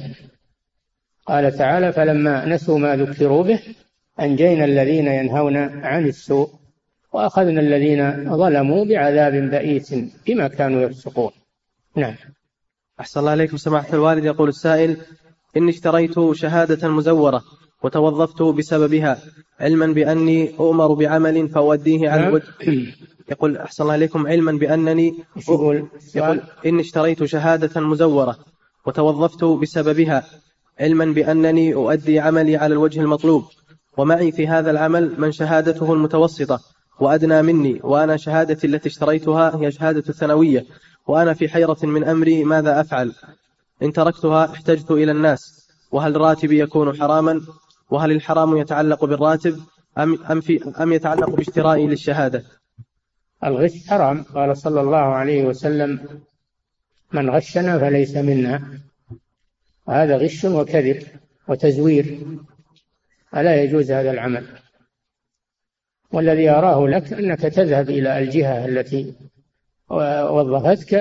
[SPEAKER 3] قال تعالى: فلما نسوا ما ذكروا به أنجينا الذين ينهون عن السوء وأخذنا الذين ظلموا بعذاب بئيس بما كانوا يفسقون. نعم.
[SPEAKER 4] أحسن الله عليكم سماحة الوالد. يقول السائل: إني اشتريت شهادة مزورة وتوظفت بسببها علما بأني أؤمر بعمل فأوديه على الوجه. يقول: أحسن الله عليكم، علما بأنني
[SPEAKER 3] يقول,
[SPEAKER 4] يقول إني اشتريت شهادة مزورة وتوظفت بسببها علما بأنني أؤدي عملي على الوجه المطلوب، ومعي في هذا العمل من شهادته المتوسطة وأدنى مني، وأنا شهادتي التي اشتريتها هي شهادة الثانوية، وأنا في حيرة من أمري ماذا أفعل؟ إن تركتها احتجت إلى الناس، وهل راتبي يكون حراما؟ وهل الحرام يتعلق بالراتب أم, أم, في أم يتعلق باشترائي للشهادة؟
[SPEAKER 3] الغش حرام، قال صلى الله عليه وسلم: من غشنا فليس منا. هذا غش وكذب وتزوير، ألا يجوز هذا العمل. والذي أراه لك أنك تذهب إلى الجهة التي وظفتك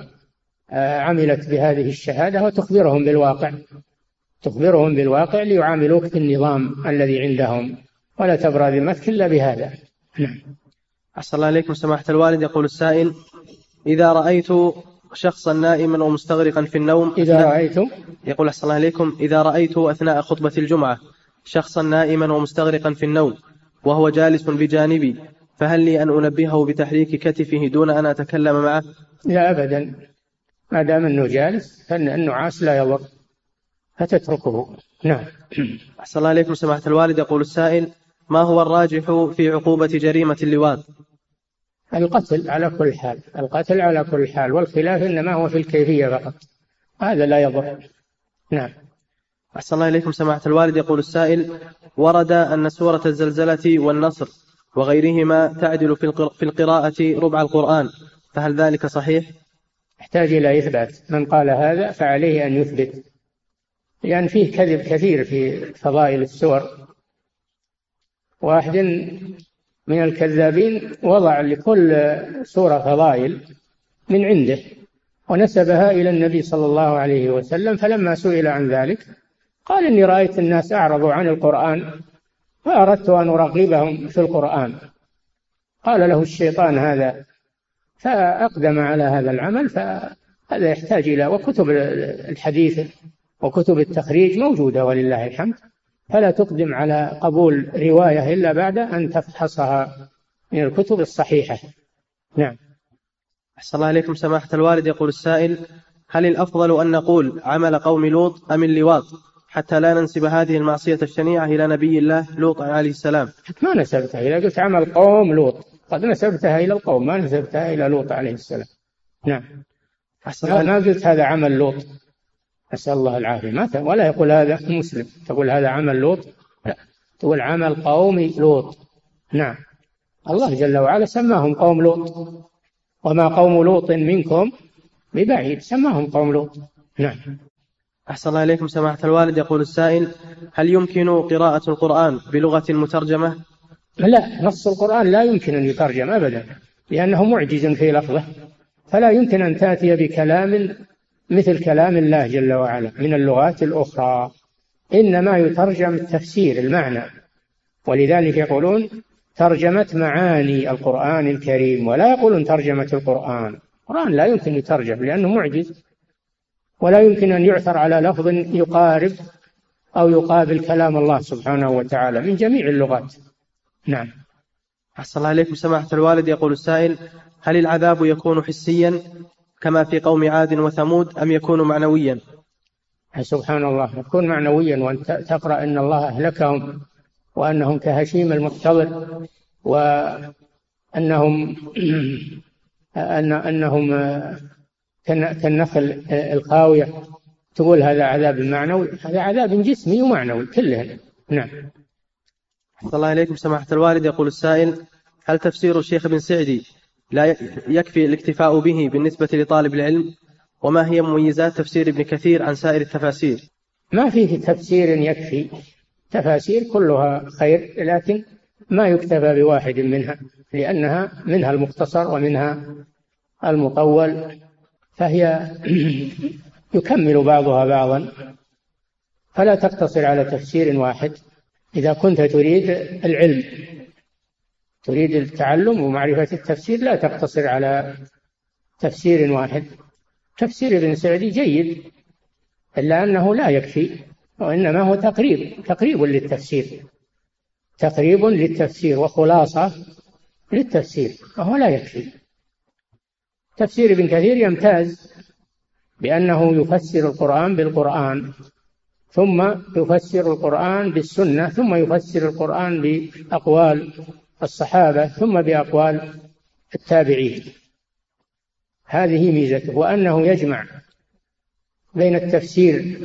[SPEAKER 3] وعملت بهذه الشهادة وتخبرهم بالواقع، تخبرهم بالواقع ليعاملوك بالنظام الذي عندهم، ولا تبرى ذمتك إلا بهذا. نعم.
[SPEAKER 4] أحسن الله عليكم سماحة الوالد. يقول السائل: إذا رأيت شخصا نائما ومستغرقا في النوم
[SPEAKER 3] إذا رأيت
[SPEAKER 4] يقول أحسن الله عليكم إذا رأيت أثناء خطبة الجمعة شخصا نائما ومستغرقا في النوم وهو جالس بجانبي، فهل لي أن أنبهه بتحريك كتفه دون أن أتكلم معه؟
[SPEAKER 3] لا أبدا، ما دام أنه جالس فإن النعاس لا يضر فتتركه. نعم.
[SPEAKER 4] أحسن الله عليكم سماحة الوالد. يقول السائل: ما هو الراجح في عقوبة جريمة اللواط؟
[SPEAKER 3] القتل على كل حال، القتل على كل حال، والخلاف إنما هو في الكيفية فقط، هذا لا يضر. نعم.
[SPEAKER 4] أحسن الله إليكم سماحة الوالد. يقول السائل: ورد أن سورة الزلزلة والنصر وغيرهما تعدل في القراءة ربع القرآن، فهل ذلك صحيح؟
[SPEAKER 3] يحتاج إلى إثبات، من قال هذا فعليه أن يثبت، لأن يعني فيه كذب كثير في فضائل السور. واحد من الكذابين وضع لكل سورة فضائل من عنده، ونسبها إلى النبي صلى الله عليه وسلم، فلما سئل عن ذلك قال إني رأيت الناس أعرضوا عن القرآن فأردت أن أرغبهم في القرآن. قال له الشيطان هذا فأقدم على هذا العمل. فهذا يحتاج إلى، وكتب الحديث وكتب التخريج موجودة ولله الحمد، فلا تقدم على قبول رواية إلا بعد أن تفحصها من الكتب الصحيحة. نعم.
[SPEAKER 4] أحسن الله عليكم سماحة الوالد. يقول السائل: هل الأفضل أن نقول عمل قوم لوط أم اللواط حتى لا ننسب هذه المعصية الشنيعة إلى نبي الله لوط عليه السلام؟
[SPEAKER 3] ما نسبتها، إذا قلت عمل قوم لوط قد نسبتها إلى القوم، ما نسبتها إلى لوط عليه السلام. نعم. ما قلت هذا عمل لوط، أسأل الله العافية، ما ولا يقول هذا مسلم تقول هذا عمل لوط، لا، تقول عمل قوم لوط. نعم. الله جل وعلا سماهم قوم لوط، وما قوم لوط منكم ببعيد، سماهم قوم لوط. نعم.
[SPEAKER 4] أحسن الله إليكم سماحة الوالد. يقول السائل: هل يمكن قراءة القرآن بلغة مترجمة؟
[SPEAKER 3] لا، نص القرآن لا يمكن أن يترجم أبدا، لأنه معجز في لفظه، فلا يمكن أن تأتي بكلام مثل كلام الله جل وعلا من اللغات الأخرى، إنما يترجم التفسير المعنى، ولذلك يقولون ترجمة معاني القرآن الكريم، ولا يقولون ترجمة القرآن. القرآن لا يمكن يترجم لأنه معجز، ولا يمكن أن يعثر على لفظ يقارب أو يقابل كلام الله سبحانه وتعالى من جميع اللغات. نعم.
[SPEAKER 4] أحسن الله إليكم سماحة الوالد. يقول السائل: هل العذاب يكون حسيا كما في قوم عاد وثمود أم يكون معنويا؟
[SPEAKER 3] سبحان الله، يكون معنويا، وأنت تقرأ أن الله أهلكهم وأنهم كهشيم المحتضر، وأنهم أن أنهم كالنخل الخاوية، تقول هذا عذاب معنوي؟ هذا عذاب جسمي ومعنوي كلهن. نعم.
[SPEAKER 4] أحسن الله إليكم سماحة الوالد. يقول السائل: هل تفسير الشيخ بن سعدي لا يكفي الاكتفاء به بالنسبة لطالب العلم؟ وما هي مميزات تفسير ابن كثير عن سائر التفاسير؟
[SPEAKER 3] ما فيه تفسير يكفي، تفاسير كلها خير، لكن ما يكتفى بواحد منها، لأنها منها المختصر ومنها المطول، فهي يكمل بعضها بعضا، فلا تقتصر على تفسير واحد. إذا كنت تريد العلم، تريد التعلم ومعرفة التفسير، لا تقتصر على تفسير واحد. تفسير ابن سعدي جيد، إلا أنه لا يكفي، وإنما هو تقريب تقريب للتفسير، تقريب للتفسير وخلاصة للتفسير، وهو لا يكفي. تفسير ابن كثير يمتاز بأنه يفسر القرآن بالقرآن، ثم يفسر القرآن بالسنة، ثم يفسر القرآن بأقوال الصحابة، ثم بأقوال التابعين. هذه ميزته، وأنه يجمع بين التفسير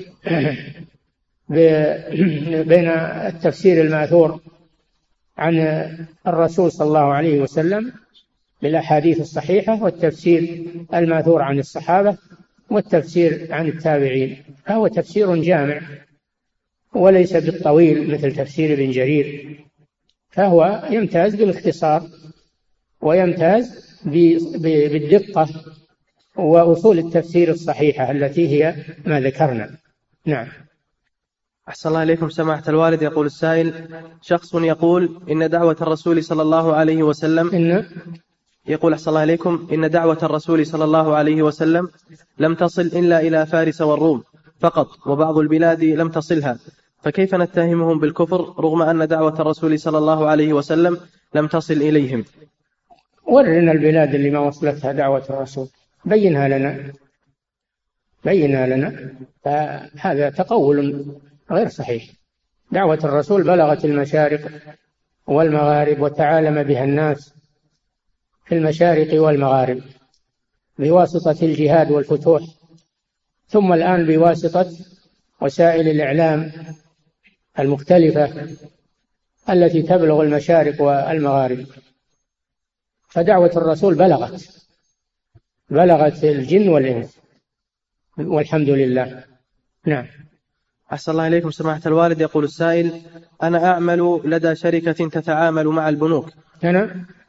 [SPEAKER 3] بين التفسير الماثور عن الرسول صلى الله عليه وسلم بالأحاديث الصحيحة، والتفسير الماثور عن الصحابة، والتفسير عن التابعين. فهو تفسير جامع وليس بالطويل مثل تفسير ابن جرير، فهو يمتاز بالاختصار ويمتاز بالدقة وأصول التفسير الصحيحة التي هي ما ذكرنا. نعم.
[SPEAKER 4] أحسن الله إليكم سماحة الوالد. يقول السائل: شخص يقول إن دعوة الرسول صلى الله عليه وسلم
[SPEAKER 3] إن
[SPEAKER 4] يقول أحسن الله إليكم إن دعوة الرسول صلى الله عليه وسلم لم تصل إلا إلى فارس والروم فقط، وبعض البلاد لم تصلها، فكيف نتهمهم بالكفر رغم أن دعوة الرسول صلى الله عليه وسلم لم تصل إليهم؟
[SPEAKER 3] ورنا البلاد اللي ما وصلتها دعوة الرسول، بينها لنا بينها لنا فهذا تقول غير صحيح. دعوة الرسول بلغت المشارق والمغارب، وتعالم بها الناس في المشارق والمغارب بواسطة الجهاد والفتوح، ثم الآن بواسطة وسائل الإعلام المختلفة التي تبلغ المشارق والمغارب. فدعوة الرسول بلغت بلغت الجن والإنس، والحمد لله. نعم.
[SPEAKER 4] أحسن الله إليكم سماحة الوالد. يقول السائل: أنا أعمل لدى شركة تتعامل مع البنوك.
[SPEAKER 3] أنا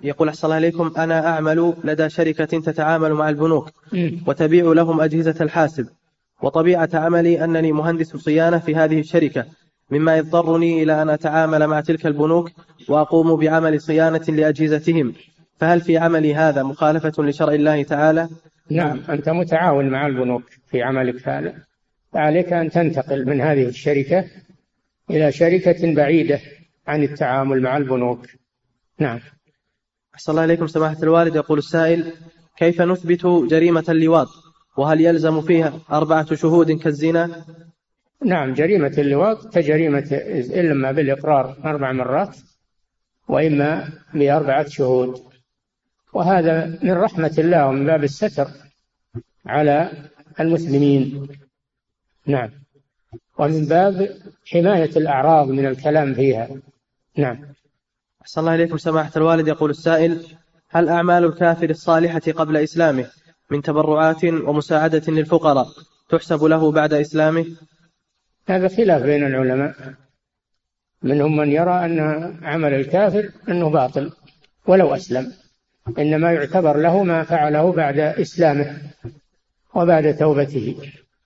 [SPEAKER 4] يقول أحسن الله إليكم أنا أعمل لدى شركة تتعامل مع البنوك وتبيع لهم أجهزة الحاسب، وطبيعة عملي أنني مهندس صيانة في هذه الشركة، مما يضطرني إلى أن أتعامل مع تلك البنوك وأقوم بعمل صيانة لأجهزتهم، فهل في عملي هذا مخالفة لشرع الله تعالى؟
[SPEAKER 3] نعم، أنت متعاون مع البنوك في عملك هذا، فعليك أن تنتقل من هذه الشركة إلى شركة بعيدة عن التعامل مع البنوك. نعم.
[SPEAKER 4] أحسن الله إليكم سماحة الوالد. يقول السائل كيف نثبت جريمة اللواط، وهل يلزم فيها أربعة شهود كالزنا؟
[SPEAKER 3] نعم، جريمة اللواط كجريمة إما بالإقرار أربع مرات وإما بأربعة شهود، وهذا من رحمة الله ومن باب الستر على المسلمين. نعم، ومن باب حماية الأعراض من الكلام فيها. نعم.
[SPEAKER 4] أحسن الله إليكم سماحة الوالد. يقول السائل هل أعمال الكافر الصالحة قبل إسلامه من تبرعات ومساعدة للفقراء تحسب له بعد إسلامه؟
[SPEAKER 3] هذا خلاف بين العلماء، منهم من يرى أن عمل الكافر أنه باطل ولو أسلم، إنما يعتبر له ما فعله بعد إسلامه وبعد توبته.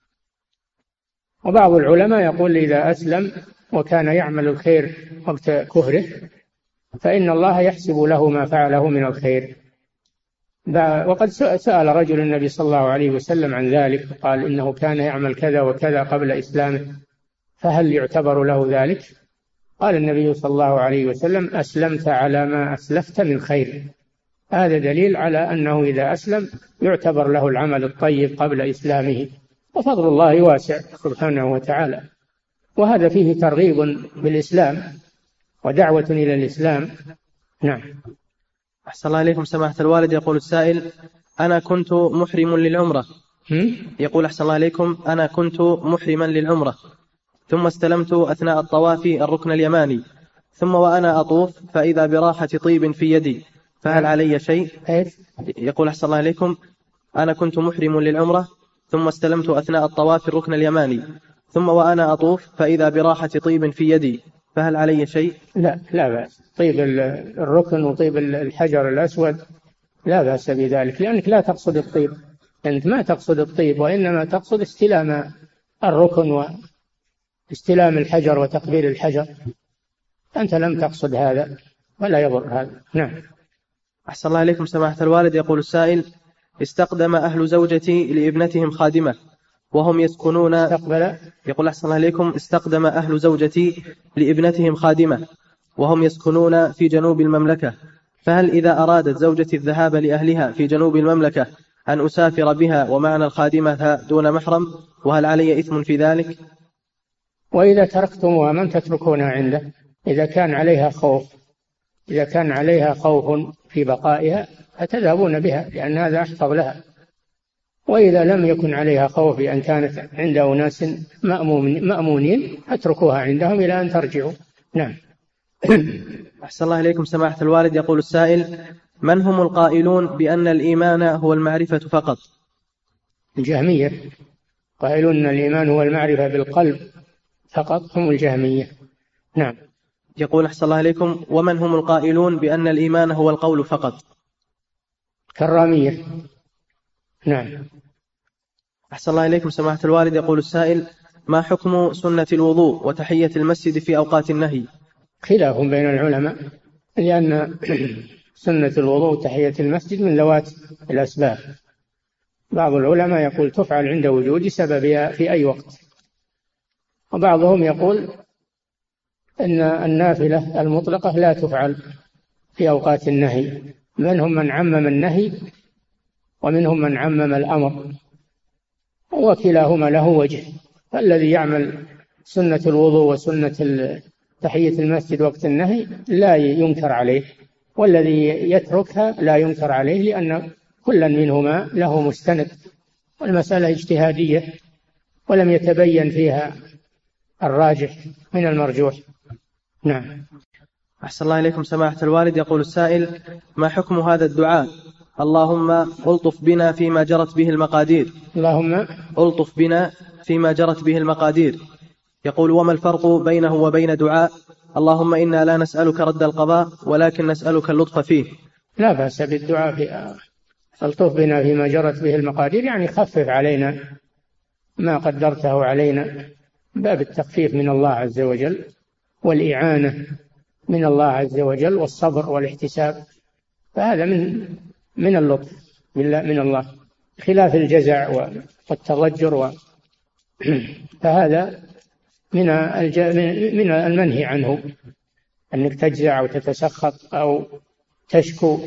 [SPEAKER 3] وبعض العلماء يقول إذا أسلم وكان يعمل الخير وقت كفره فإن الله يحسب له ما فعله من الخير. وقد سأل رجل النبي صلى الله عليه وسلم عن ذلك، قال إنه كان يعمل كذا وكذا قبل إسلامه، فهل يعتبر له ذلك؟ قال النبي صلى الله عليه وسلم أسلمت على ما أسلفت من خير. هذا دليل على أنه إذا أسلم يعتبر له العمل الطيب قبل إسلامه، وفضل الله واسع سبحانه وتعالى، وهذا فيه ترغيب بالإسلام ودعوة إلى الإسلام. نعم.
[SPEAKER 4] أحسن الله إليكم سماحة الوالد. يقول السائل أنا كنت محرم للعمرة. يقول أحسن الله إليكم أنا كنت محرما للعمرة ثم استلمت أثناء الطواف الركن اليماني، ثم وأنا أطوف فإذا براحة طيب في يدي، فهل علي شيء؟ يقول أحسن الله إليكم أنا كنت محرم للعمرة ثم استلمت أثناء الطواف الركن اليماني، ثم وأنا أطوف فإذا براحة طيب في يدي، فهل علي شيء؟
[SPEAKER 3] لا لا بأس، طيب الركن وطيب الحجر الأسود لا بأس بذلك، لأنك لا تقصد الطيب، أنت ما تقصد الطيب وإنما تقصد استلام الركن واستلام الحجر وتقبيل الحجر، أنت لم تقصد هذا ولا يضر هذا. نعم.
[SPEAKER 4] أحسن الله إليكم سماحة الوالد. يقول السائل استقدم أهل زوجتي لابنتهم خادمة وهم يسكنون
[SPEAKER 3] استقبل
[SPEAKER 4] يقول أحسن الله إليكم استقدم أهل زوجتي لابنتهم خادمة وهم يسكنون في جنوب المملكة، فهل إذا أرادت زوجتي الذهاب لأهلها في جنوب المملكة أن أسافر بها ومعنى الخادمة دون محرم، وهل علي إثم في ذلك؟
[SPEAKER 3] وإذا تركتموها من تتركونها عنده؟ إذا كان عليها خوف إذا كان عليها خوف في بقائها فتذهبون بها، لأن هذا أحفظ لها. وإذا لم يكن عليها خوف بأن كانت عند أناس مأمونين اتركوها عندهم إلى أن ترجعوا. نعم.
[SPEAKER 4] أحسن الله إليكم سماحة الوالد. يقول السائل من هم القائلون بأن الإيمان هو المعرفة فقط؟
[SPEAKER 3] الجهمية قائلون أن الإيمان هو المعرفة بالقلب فقط، هم الجهمية. نعم.
[SPEAKER 4] يقول أحسن الله إليكم ومن هم القائلون بأن الإيمان هو القول فقط؟
[SPEAKER 3] كرامية. نعم.
[SPEAKER 4] أحسن الله إليكم سماحة الوالد. يقول السائل ما حكم سنة الوضوء وتحية المسجد في أوقات النهي؟
[SPEAKER 3] خلاف بين العلماء، لأن سنة الوضوء وتحية المسجد من ذوات الأسباب. بعض العلماء يقول تفعل عند وجود سببها في أي وقت، وبعضهم يقول أن النافلة المطلقة لا تفعل في أوقات النهي. منهم من عمم النهي ومنهم من عمم الأمر، وكلاهما له وجه. فالذي يعمل سنة الوضوء وسنة تحية المسجد وقت النهي لا ينكر عليه، والذي يتركها لا ينكر عليه، لأن كلا منهما له مستند، والمسألة اجتهادية ولم يتبين فيها الراجح من المرجوح. نعم.
[SPEAKER 4] أحسن الله إليكم سماحة الوالد. يقول السائل ما حكم هذا الدعاء اللهم ألطف بنا فيما جرت به المقادير؟
[SPEAKER 3] اللهم
[SPEAKER 4] ألطف بنا فيما جرت به المقادير. يقول وما الفرق بينه وبين دعاء اللهم إنا لا نسألك رد القضاء ولكن نسألك اللطف فيه؟
[SPEAKER 3] لا بأس بالدعاء في الطف بنا فيما جرت به المقادير، يعني خفف علينا ما قدرته علينا، باب التخفيف من الله عز وجل والإعانة من الله عز وجل والصبر والاحتساب، فهذا من من اللطف من الله، خلاف الجزع والتضجر و فهذا من من المنهي عنه، أنك تجزع أو تتسخط أو تشكو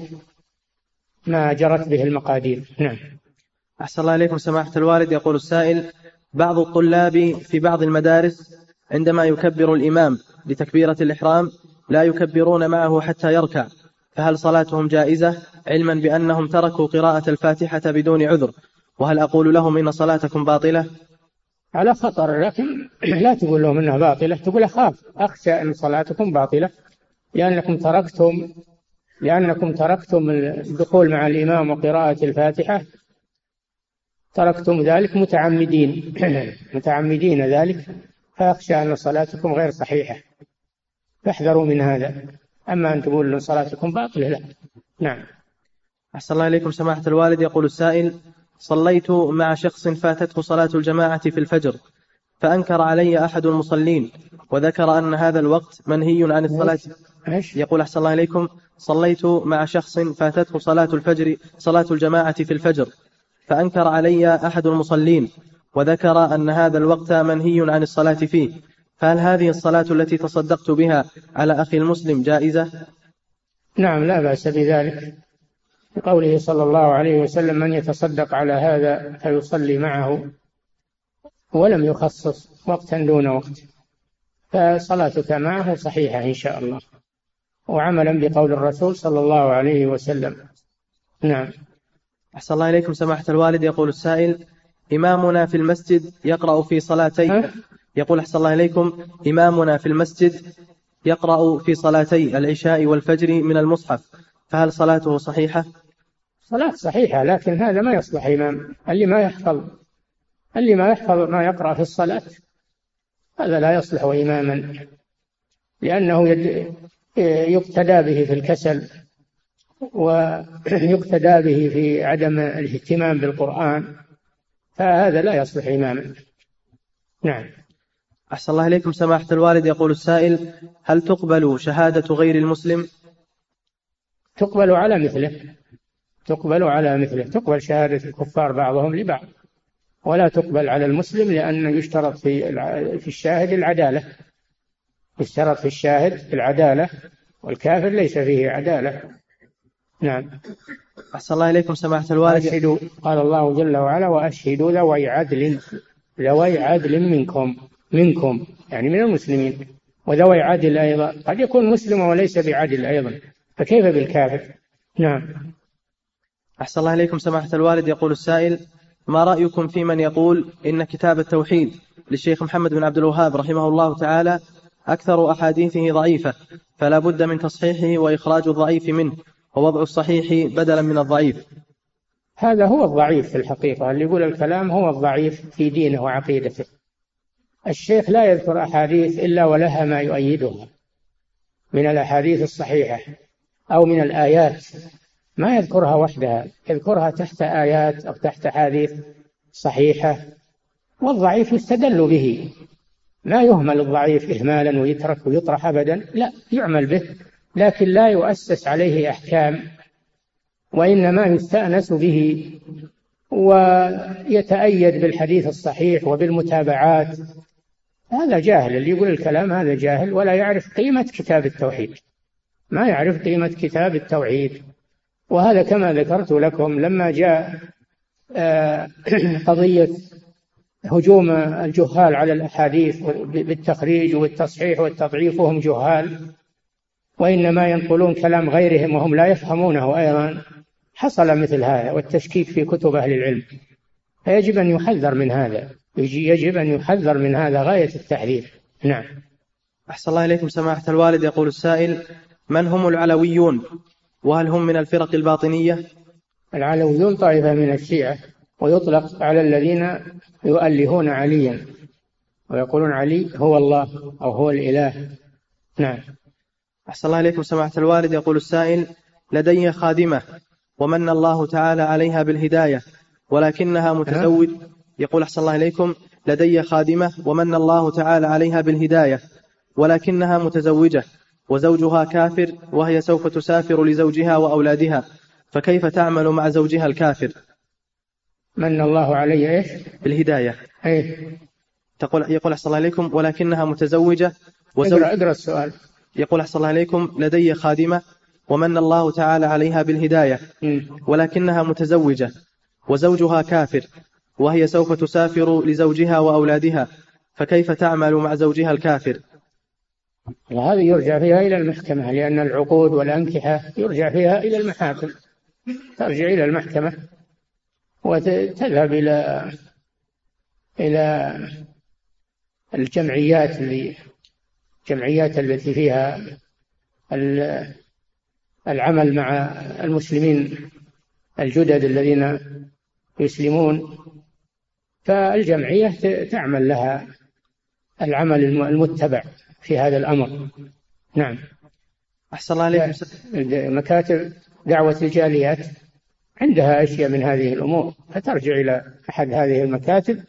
[SPEAKER 3] ما جرت به المقادير. نعم.
[SPEAKER 4] أحسن الله إليكم سماحة الوالد. يقول السائل: بعض الطلاب في بعض المدارس عندما يكبر الإمام لتكبيرة الإحرام لا يكبرون معه حتى يركع، فهل صلاتهم جائزة علما بأنهم تركوا قراءة الفاتحة بدون عذر؟ وهل أقول لهم إن صلاتكم باطلة؟
[SPEAKER 3] على خطر، لكن لا تقول لهم إنها باطلة، تقول أخاف أخشى أن صلاتكم باطلة لأنكم تركتم لأنكم تركتم الدخول مع الإمام وقراءة الفاتحة، تركتم ذلك متعمدين متعمدين ذلك، فأخشى أن صلاتكم غير صحيحة، فاحذروا من هذا. أما أن تقول أن صلاتكم باطلة لا. نعم.
[SPEAKER 4] أحسن الله إليكم سماحة الوالد. يقول السائل: صليت مع شخص فاتته صلاة الجماعة في الفجر، فأنكر علي أحد المصلين وذكر أن هذا الوقت منهي عن الصلاة. يقول: أحسن الله إليكم، صليت مع شخص فاتته صلاة الفجر صلاة الجماعة في الفجر، فأنكر علي أحد المصلين وذكر أن هذا الوقت منهي عن الصلاة فيه، فهل هذه الصلاة التي تصدقت بها على أخي المسلم جائزة؟
[SPEAKER 3] نعم، لا بأس بذلك، بقوله صلى الله عليه وسلم: من يتصدق على هذا فيصلي معه، ولم يخصص وقتا دون وقت، فصلاتك معه صحيحة إن شاء الله، وعملا بقول الرسول صلى الله عليه وسلم. نعم.
[SPEAKER 4] أحسن الله إليكم سماحة الوالد. يقول السائل: إمامنا في المسجد يقرأ في صلاتي يقول أحسن الله إليكم إمامنا في المسجد يقرأ في صلاتي العشاء والفجر من المصحف، فهل صلاته صحيحة؟
[SPEAKER 3] صلاة صحيحة، لكن هذا ما يصلح إمام، اللي ما يحفظ اللي ما يحفظ ما يقرأ في الصلاة هذا لا يصلح إماما، لأنه يقتدى به في الكسل، ويقتدى به في عدم الاهتمام بالقرآن، فهذا لا يصلح إماما. نعم.
[SPEAKER 4] أحسن الله إليكم سماحة الوالد. يقول السائل: هل تقبل شهادة غير المسلم؟
[SPEAKER 3] تقبل على مثله تقبل على مثله تقبل شهادة الكفار بعضهم لبعض، ولا تقبل على المسلم، لأنه يشترط في في الشاهد العدالة يشترط في الشاهد العدالة، والكافر ليس فيه عدالة. نعم.
[SPEAKER 4] أحسن الله إليكم سماحة الوالد.
[SPEAKER 3] أشهدوا، قال الله جل وعلا: وأشهدوا ذوي عدل ذوي عدل منكم منكم يعني من المسلمين، وذوي عدل أيضا، قد يكون مسلم وليس بعدل أيضا، فكيف بالكافر؟ نعم.
[SPEAKER 4] أحسن الله إليكم سماحة الوالد. يقول السائل: ما رأيكم في من يقول إن كتاب التوحيد للشيخ محمد بن عبد الوهاب رحمه الله تعالى أكثر أحاديثه ضعيفة، فلا بد من تصحيحه وإخراج الضعيف منه ووضع الصحيح بدلا من الضعيف؟
[SPEAKER 3] هذا هو الضعيف في الحقيقة، اللي يقول الكلام هو الضعيف في دينه وعقيدته. الشيخ لا يذكر أحاديث إلا ولها ما يؤيدها من الأحاديث الصحيحة أو من الآيات، ما يذكرها وحدها، يذكرها تحت آيات أو تحت حديث صحيحة. والضعيف يستدل به، لا يهمل الضعيف إهمالا ويترك ويطرح أبدا، لا، يعمل به، لكن لا يؤسس عليه أحكام، وإنما يستأنس به ويتأيد بالحديث الصحيح وبالمتابعات. هذا جاهل، اللي يقول الكلام هذا جاهل ولا يعرف قيمة كتاب التوحيد، ما يعرف قيمة كتاب التوحيد. وهذا كما ذكرت لكم لما جاء قضية هجوم الجهال على الأحاديث بالتخريج والتصحيح والتضعيف وهم جهال، وإنما ينقلون كلام غيرهم وهم لا يفهمونه أيضا، حصل مثل هذا والتشكيك في كتب أهل العلم، فيجب أن يحذر من هذا يجب أن يحذر من هذا غاية التحذير. نعم.
[SPEAKER 4] أحسن الله إليكم سماحة الوالد. يقول السائل: من هم العلويون، وهل هم من الفرق الباطنية؟
[SPEAKER 3] العلويون طائفة من الشيعة، ويطلق على الذين يؤلهون عليا ويقولون علي هو الله أو هو الإله. نعم.
[SPEAKER 4] أحسن الله إليكم سماحة الوالد. يقول السائل: لدي خادمة ومن الله تعالى عليها بالهداية ولكنها متزوج. يقول أحسن الله إليكم: لدي خادمة ومن الله تعالى عليها بالهداية ولكنها متزوجة وزوجها كافر وهي سوف تسافر لزوجها وأولادها، فكيف تعمل مع زوجها الكافر؟
[SPEAKER 3] من الله عليه إيش؟
[SPEAKER 4] بالهداية.
[SPEAKER 3] إيه؟
[SPEAKER 4] تقول يقول أحسن الله إليكم: ولكنها متزوجة وزوج...
[SPEAKER 3] اقرأ اقرأ السؤال.
[SPEAKER 4] يقول أحسن الله إليكم: لدي خادمة ومن الله تعالى عليها بالهداية ولكنها متزوجة وزوجها كافر وهي سوف تسافر لزوجها وأولادها، فكيف تعمل مع زوجها الكافر؟
[SPEAKER 3] وهذه يرجع فيها إلى المحكمة، لأن العقود والأنكحة يرجع فيها إلى المحاكم، ترجع إلى المحكمة وتذهب إلى إلى الجمعيات اللي الجمعيات التي فيها العمل مع المسلمين الجدد الذين يسلمون، فالجمعية تعمل لها العمل المتبع في هذا الأمر. نعم.
[SPEAKER 4] أحسن الله عليكم.
[SPEAKER 3] مكاتب دعوة الجاليات عندها أشياء من هذه الأمور، فترجع إلى أحد هذه المكاتب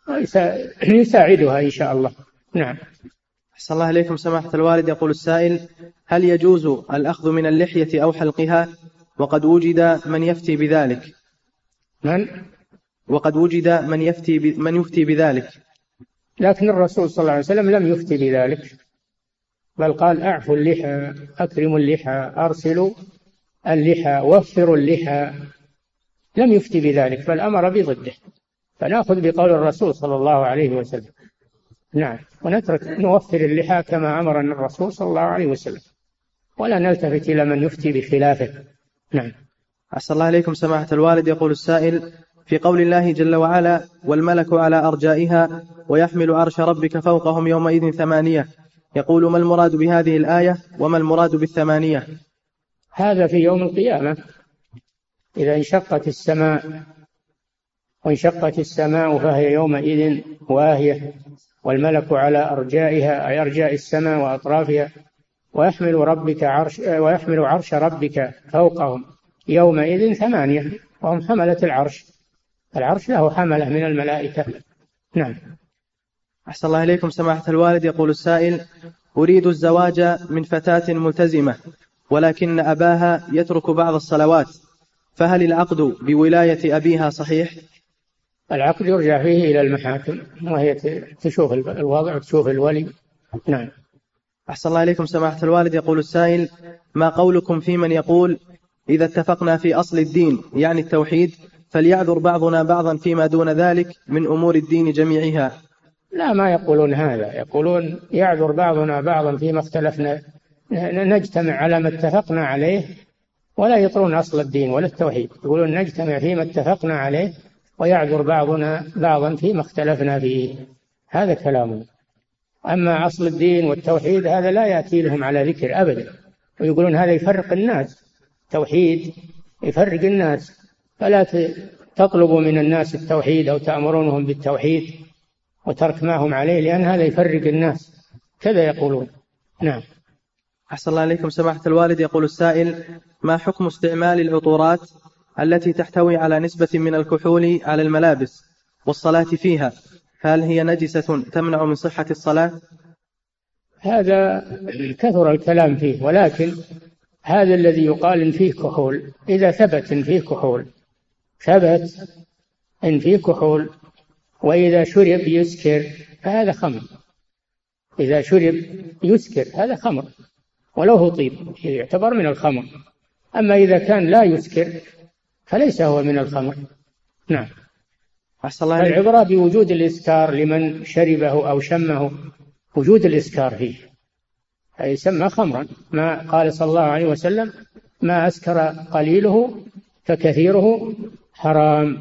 [SPEAKER 3] ويساعدها إن شاء الله. نعم.
[SPEAKER 4] أحسن الله عليكم سماحة الوالد. يقول السائل: هل يجوز الأخذ من اللحية أو حلقها وقد وجد من يفتي بذلك؟
[SPEAKER 3] من؟
[SPEAKER 4] وقد وجد من يفتي ب... من يفتي بذلك،
[SPEAKER 3] لكن الرسول صلى الله عليه وسلم لم يفتي بذلك، بل قال: أعفوا اللحى، أكرموا اللحى، أرسلوا اللحى، وفروا اللحى. لم يفتي بذلك بل أمر بضده، فنأخذ بقول الرسول صلى الله عليه وسلم. نعم. ونترك نوفر اللحى كما أمرنا الرسول صلى الله عليه وسلم، ولا نلتفت إلى من يفتي بخلافه. نعم.
[SPEAKER 4] أحسن الله عليكم سماحة الوالد. يقول السائل: في قول الله جل وعلا: والملك على أرجائها ويحمل عرش ربك فوقهم يومئذ ثمانية، يقول: ما المراد بهذه الآية وما المراد بالثمانية؟
[SPEAKER 3] هذا في يوم القيامة، إذا انشقت السماء، وانشقت السماء فهي يومئذ واهية، والملك على أرجائها أي أرجاء السماء وأطرافها، ويحمل ربك عرش ويحمل عرش ربك فوقهم يومئذ ثمانية، وهم حملة العرش. العرش له حملة من الملائكة. نعم.
[SPEAKER 4] أحسن الله إليكم سماحة الوالد. يقول السائل: أريد الزواج من فتاة ملتزمة ولكن أباها يترك بعض الصلوات، فهل العقد بولاية أبيها صحيح؟
[SPEAKER 3] العقد يرجع فيه إلى المحاكم، وهي تشوف الوضع وتشوف الولي. نعم.
[SPEAKER 4] أحسن الله إليكم سماحة الوالد. يقول السائل: ما قولكم في من يقول إذا اتفقنا في أصل الدين يعني التوحيد فليعذر بعضنا بعضا فيما دون ذلك من أمور الدين جميعها؟
[SPEAKER 3] لا، ما يقولون هذا، يقولون يعذر بعضنا بعضا فيما اختلفنا، نجتمع على ما اتفقنا عليه، ولا يطرون أصل الدين ولا التوحيد، يقولون نجتمع فيما اتفقنا عليه ويعذر بعضنا بعضا فيما اختلفنا فيه. هذا كلامه. أما أصل الدين والتوحيد هذا لا يأتي لهم على ذكر أبدا، ويقولون هذا يفرق الناس، توحيد يفرق الناس، فلا تطلبوا من الناس التوحيد أو تأمرونهم بالتوحيد وترك ما هم عليه، لأن هذا يفرق الناس، كذا يقولون. نعم.
[SPEAKER 4] أحسن الله عليكم سماحة الوالد. يقول السائل: ما حكم استعمال العطورات التي تحتوي على نسبة من الكحول على الملابس والصلاة فيها، هل هي نجسة تمنع من صحة الصلاة؟
[SPEAKER 3] هذا كثر الكلام فيه، ولكن هذا الذي يقال إن فيه كحول، إذا ثبت إن فيه كحول، ثبت إن فيه كحول، وإذا شرب يسكر فهذا خمر. إذا شرب يسكر هذا خمر ولو هو طيب، يعتبر من الخمر. أما إذا كان لا يسكر فليس هو من الخمر. نعم. العبرة بوجود الإسكار لمن شربه أو شمه، وجود الإسكار فيه يسمى خمرا، ما قال صلى الله عليه وسلم: ما أسكر قليله فكثيره حرام،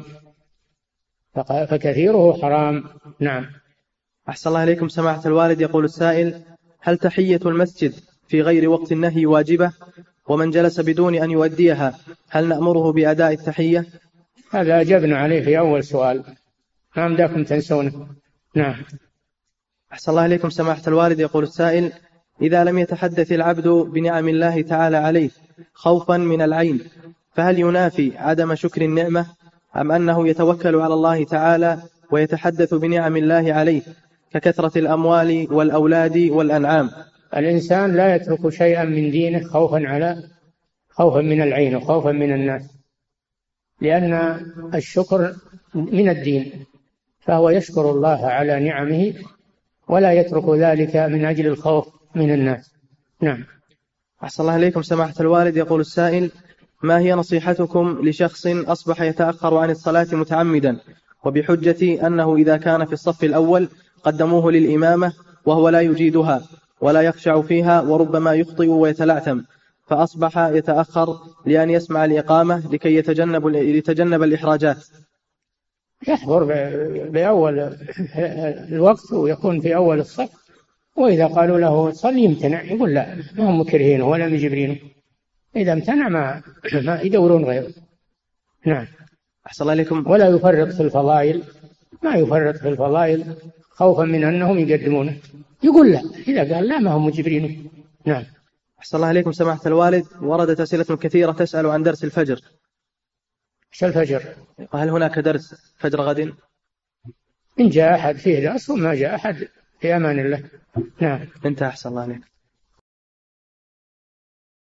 [SPEAKER 3] فكثيره حرام. نعم.
[SPEAKER 4] أحسن الله إليكم سماحة الوالد. يقول السائل: هل تحية المسجد في غير وقت النهي واجبة؟ ومن جلس بدون أن يؤديها هل نأمره بأداء التحية؟
[SPEAKER 3] هذا أجبنا عليه في أول سؤال، ما عندكم تنسونه. نعم.
[SPEAKER 4] أحسن الله إليكم سماحة الوالد. يقول السائل: إذا لم يتحدث العبد بنعم الله تعالى عليه خوفا من العين، فهل ينافي عدم شكر النعمة، أم أنه يتوكل على الله تعالى ويتحدث بنعم الله عليه ككثرة الأموال والأولاد والأنعام؟
[SPEAKER 3] الإنسان لا يترك شيئا من دينه خوفا على خوفا من العين وخوفا من الناس، لأن الشكر من الدين، فهو يشكر الله على نعمه ولا يترك ذلك من أجل الخوف من الناس. نعم.
[SPEAKER 4] أحسن الله إليكم سماحة الوالد. يقول السائل: ما هي نصيحتكم لشخص أصبح يتأخر عن الصلاة متعمدا، وبحجة أنه إذا كان في الصف الأول قدموه للإمامة وهو لا يجيدها ولا يخشع فيها وربما يخطئ ويتلعثم، فأصبح يتأخر لأن يسمع الإقامة لكي يتجنب, يتجنب الإحراجات؟
[SPEAKER 3] يحضر بأول الوقت ويكون في أول الصف، وإذا قالوا له صل يمتنع، يقول لا، ما هم مكرهينه ولا مجبرينه، إذا امتنع ما, ما يدورون غيره. نعم.
[SPEAKER 4] أحسن الله إليكم.
[SPEAKER 3] ولا يفرط في الفضائل، ما يفرط في الفضائل خوفا من أنهم يقدمونه، يقول لا، إذا قال لا ما هم مجبرينه. نعم.
[SPEAKER 4] أحسن الله إليكم سماحة الوالد. وردت أسئلة كثيرة تسأل عن درس الفجر.
[SPEAKER 3] ايش الفجر؟
[SPEAKER 4] وهل هناك درس فجر غد؟
[SPEAKER 3] إن جاء أحد فيه درس وما جاء أحد في أمان الله. نعم.
[SPEAKER 4] انتهى. أحسن الله عليك.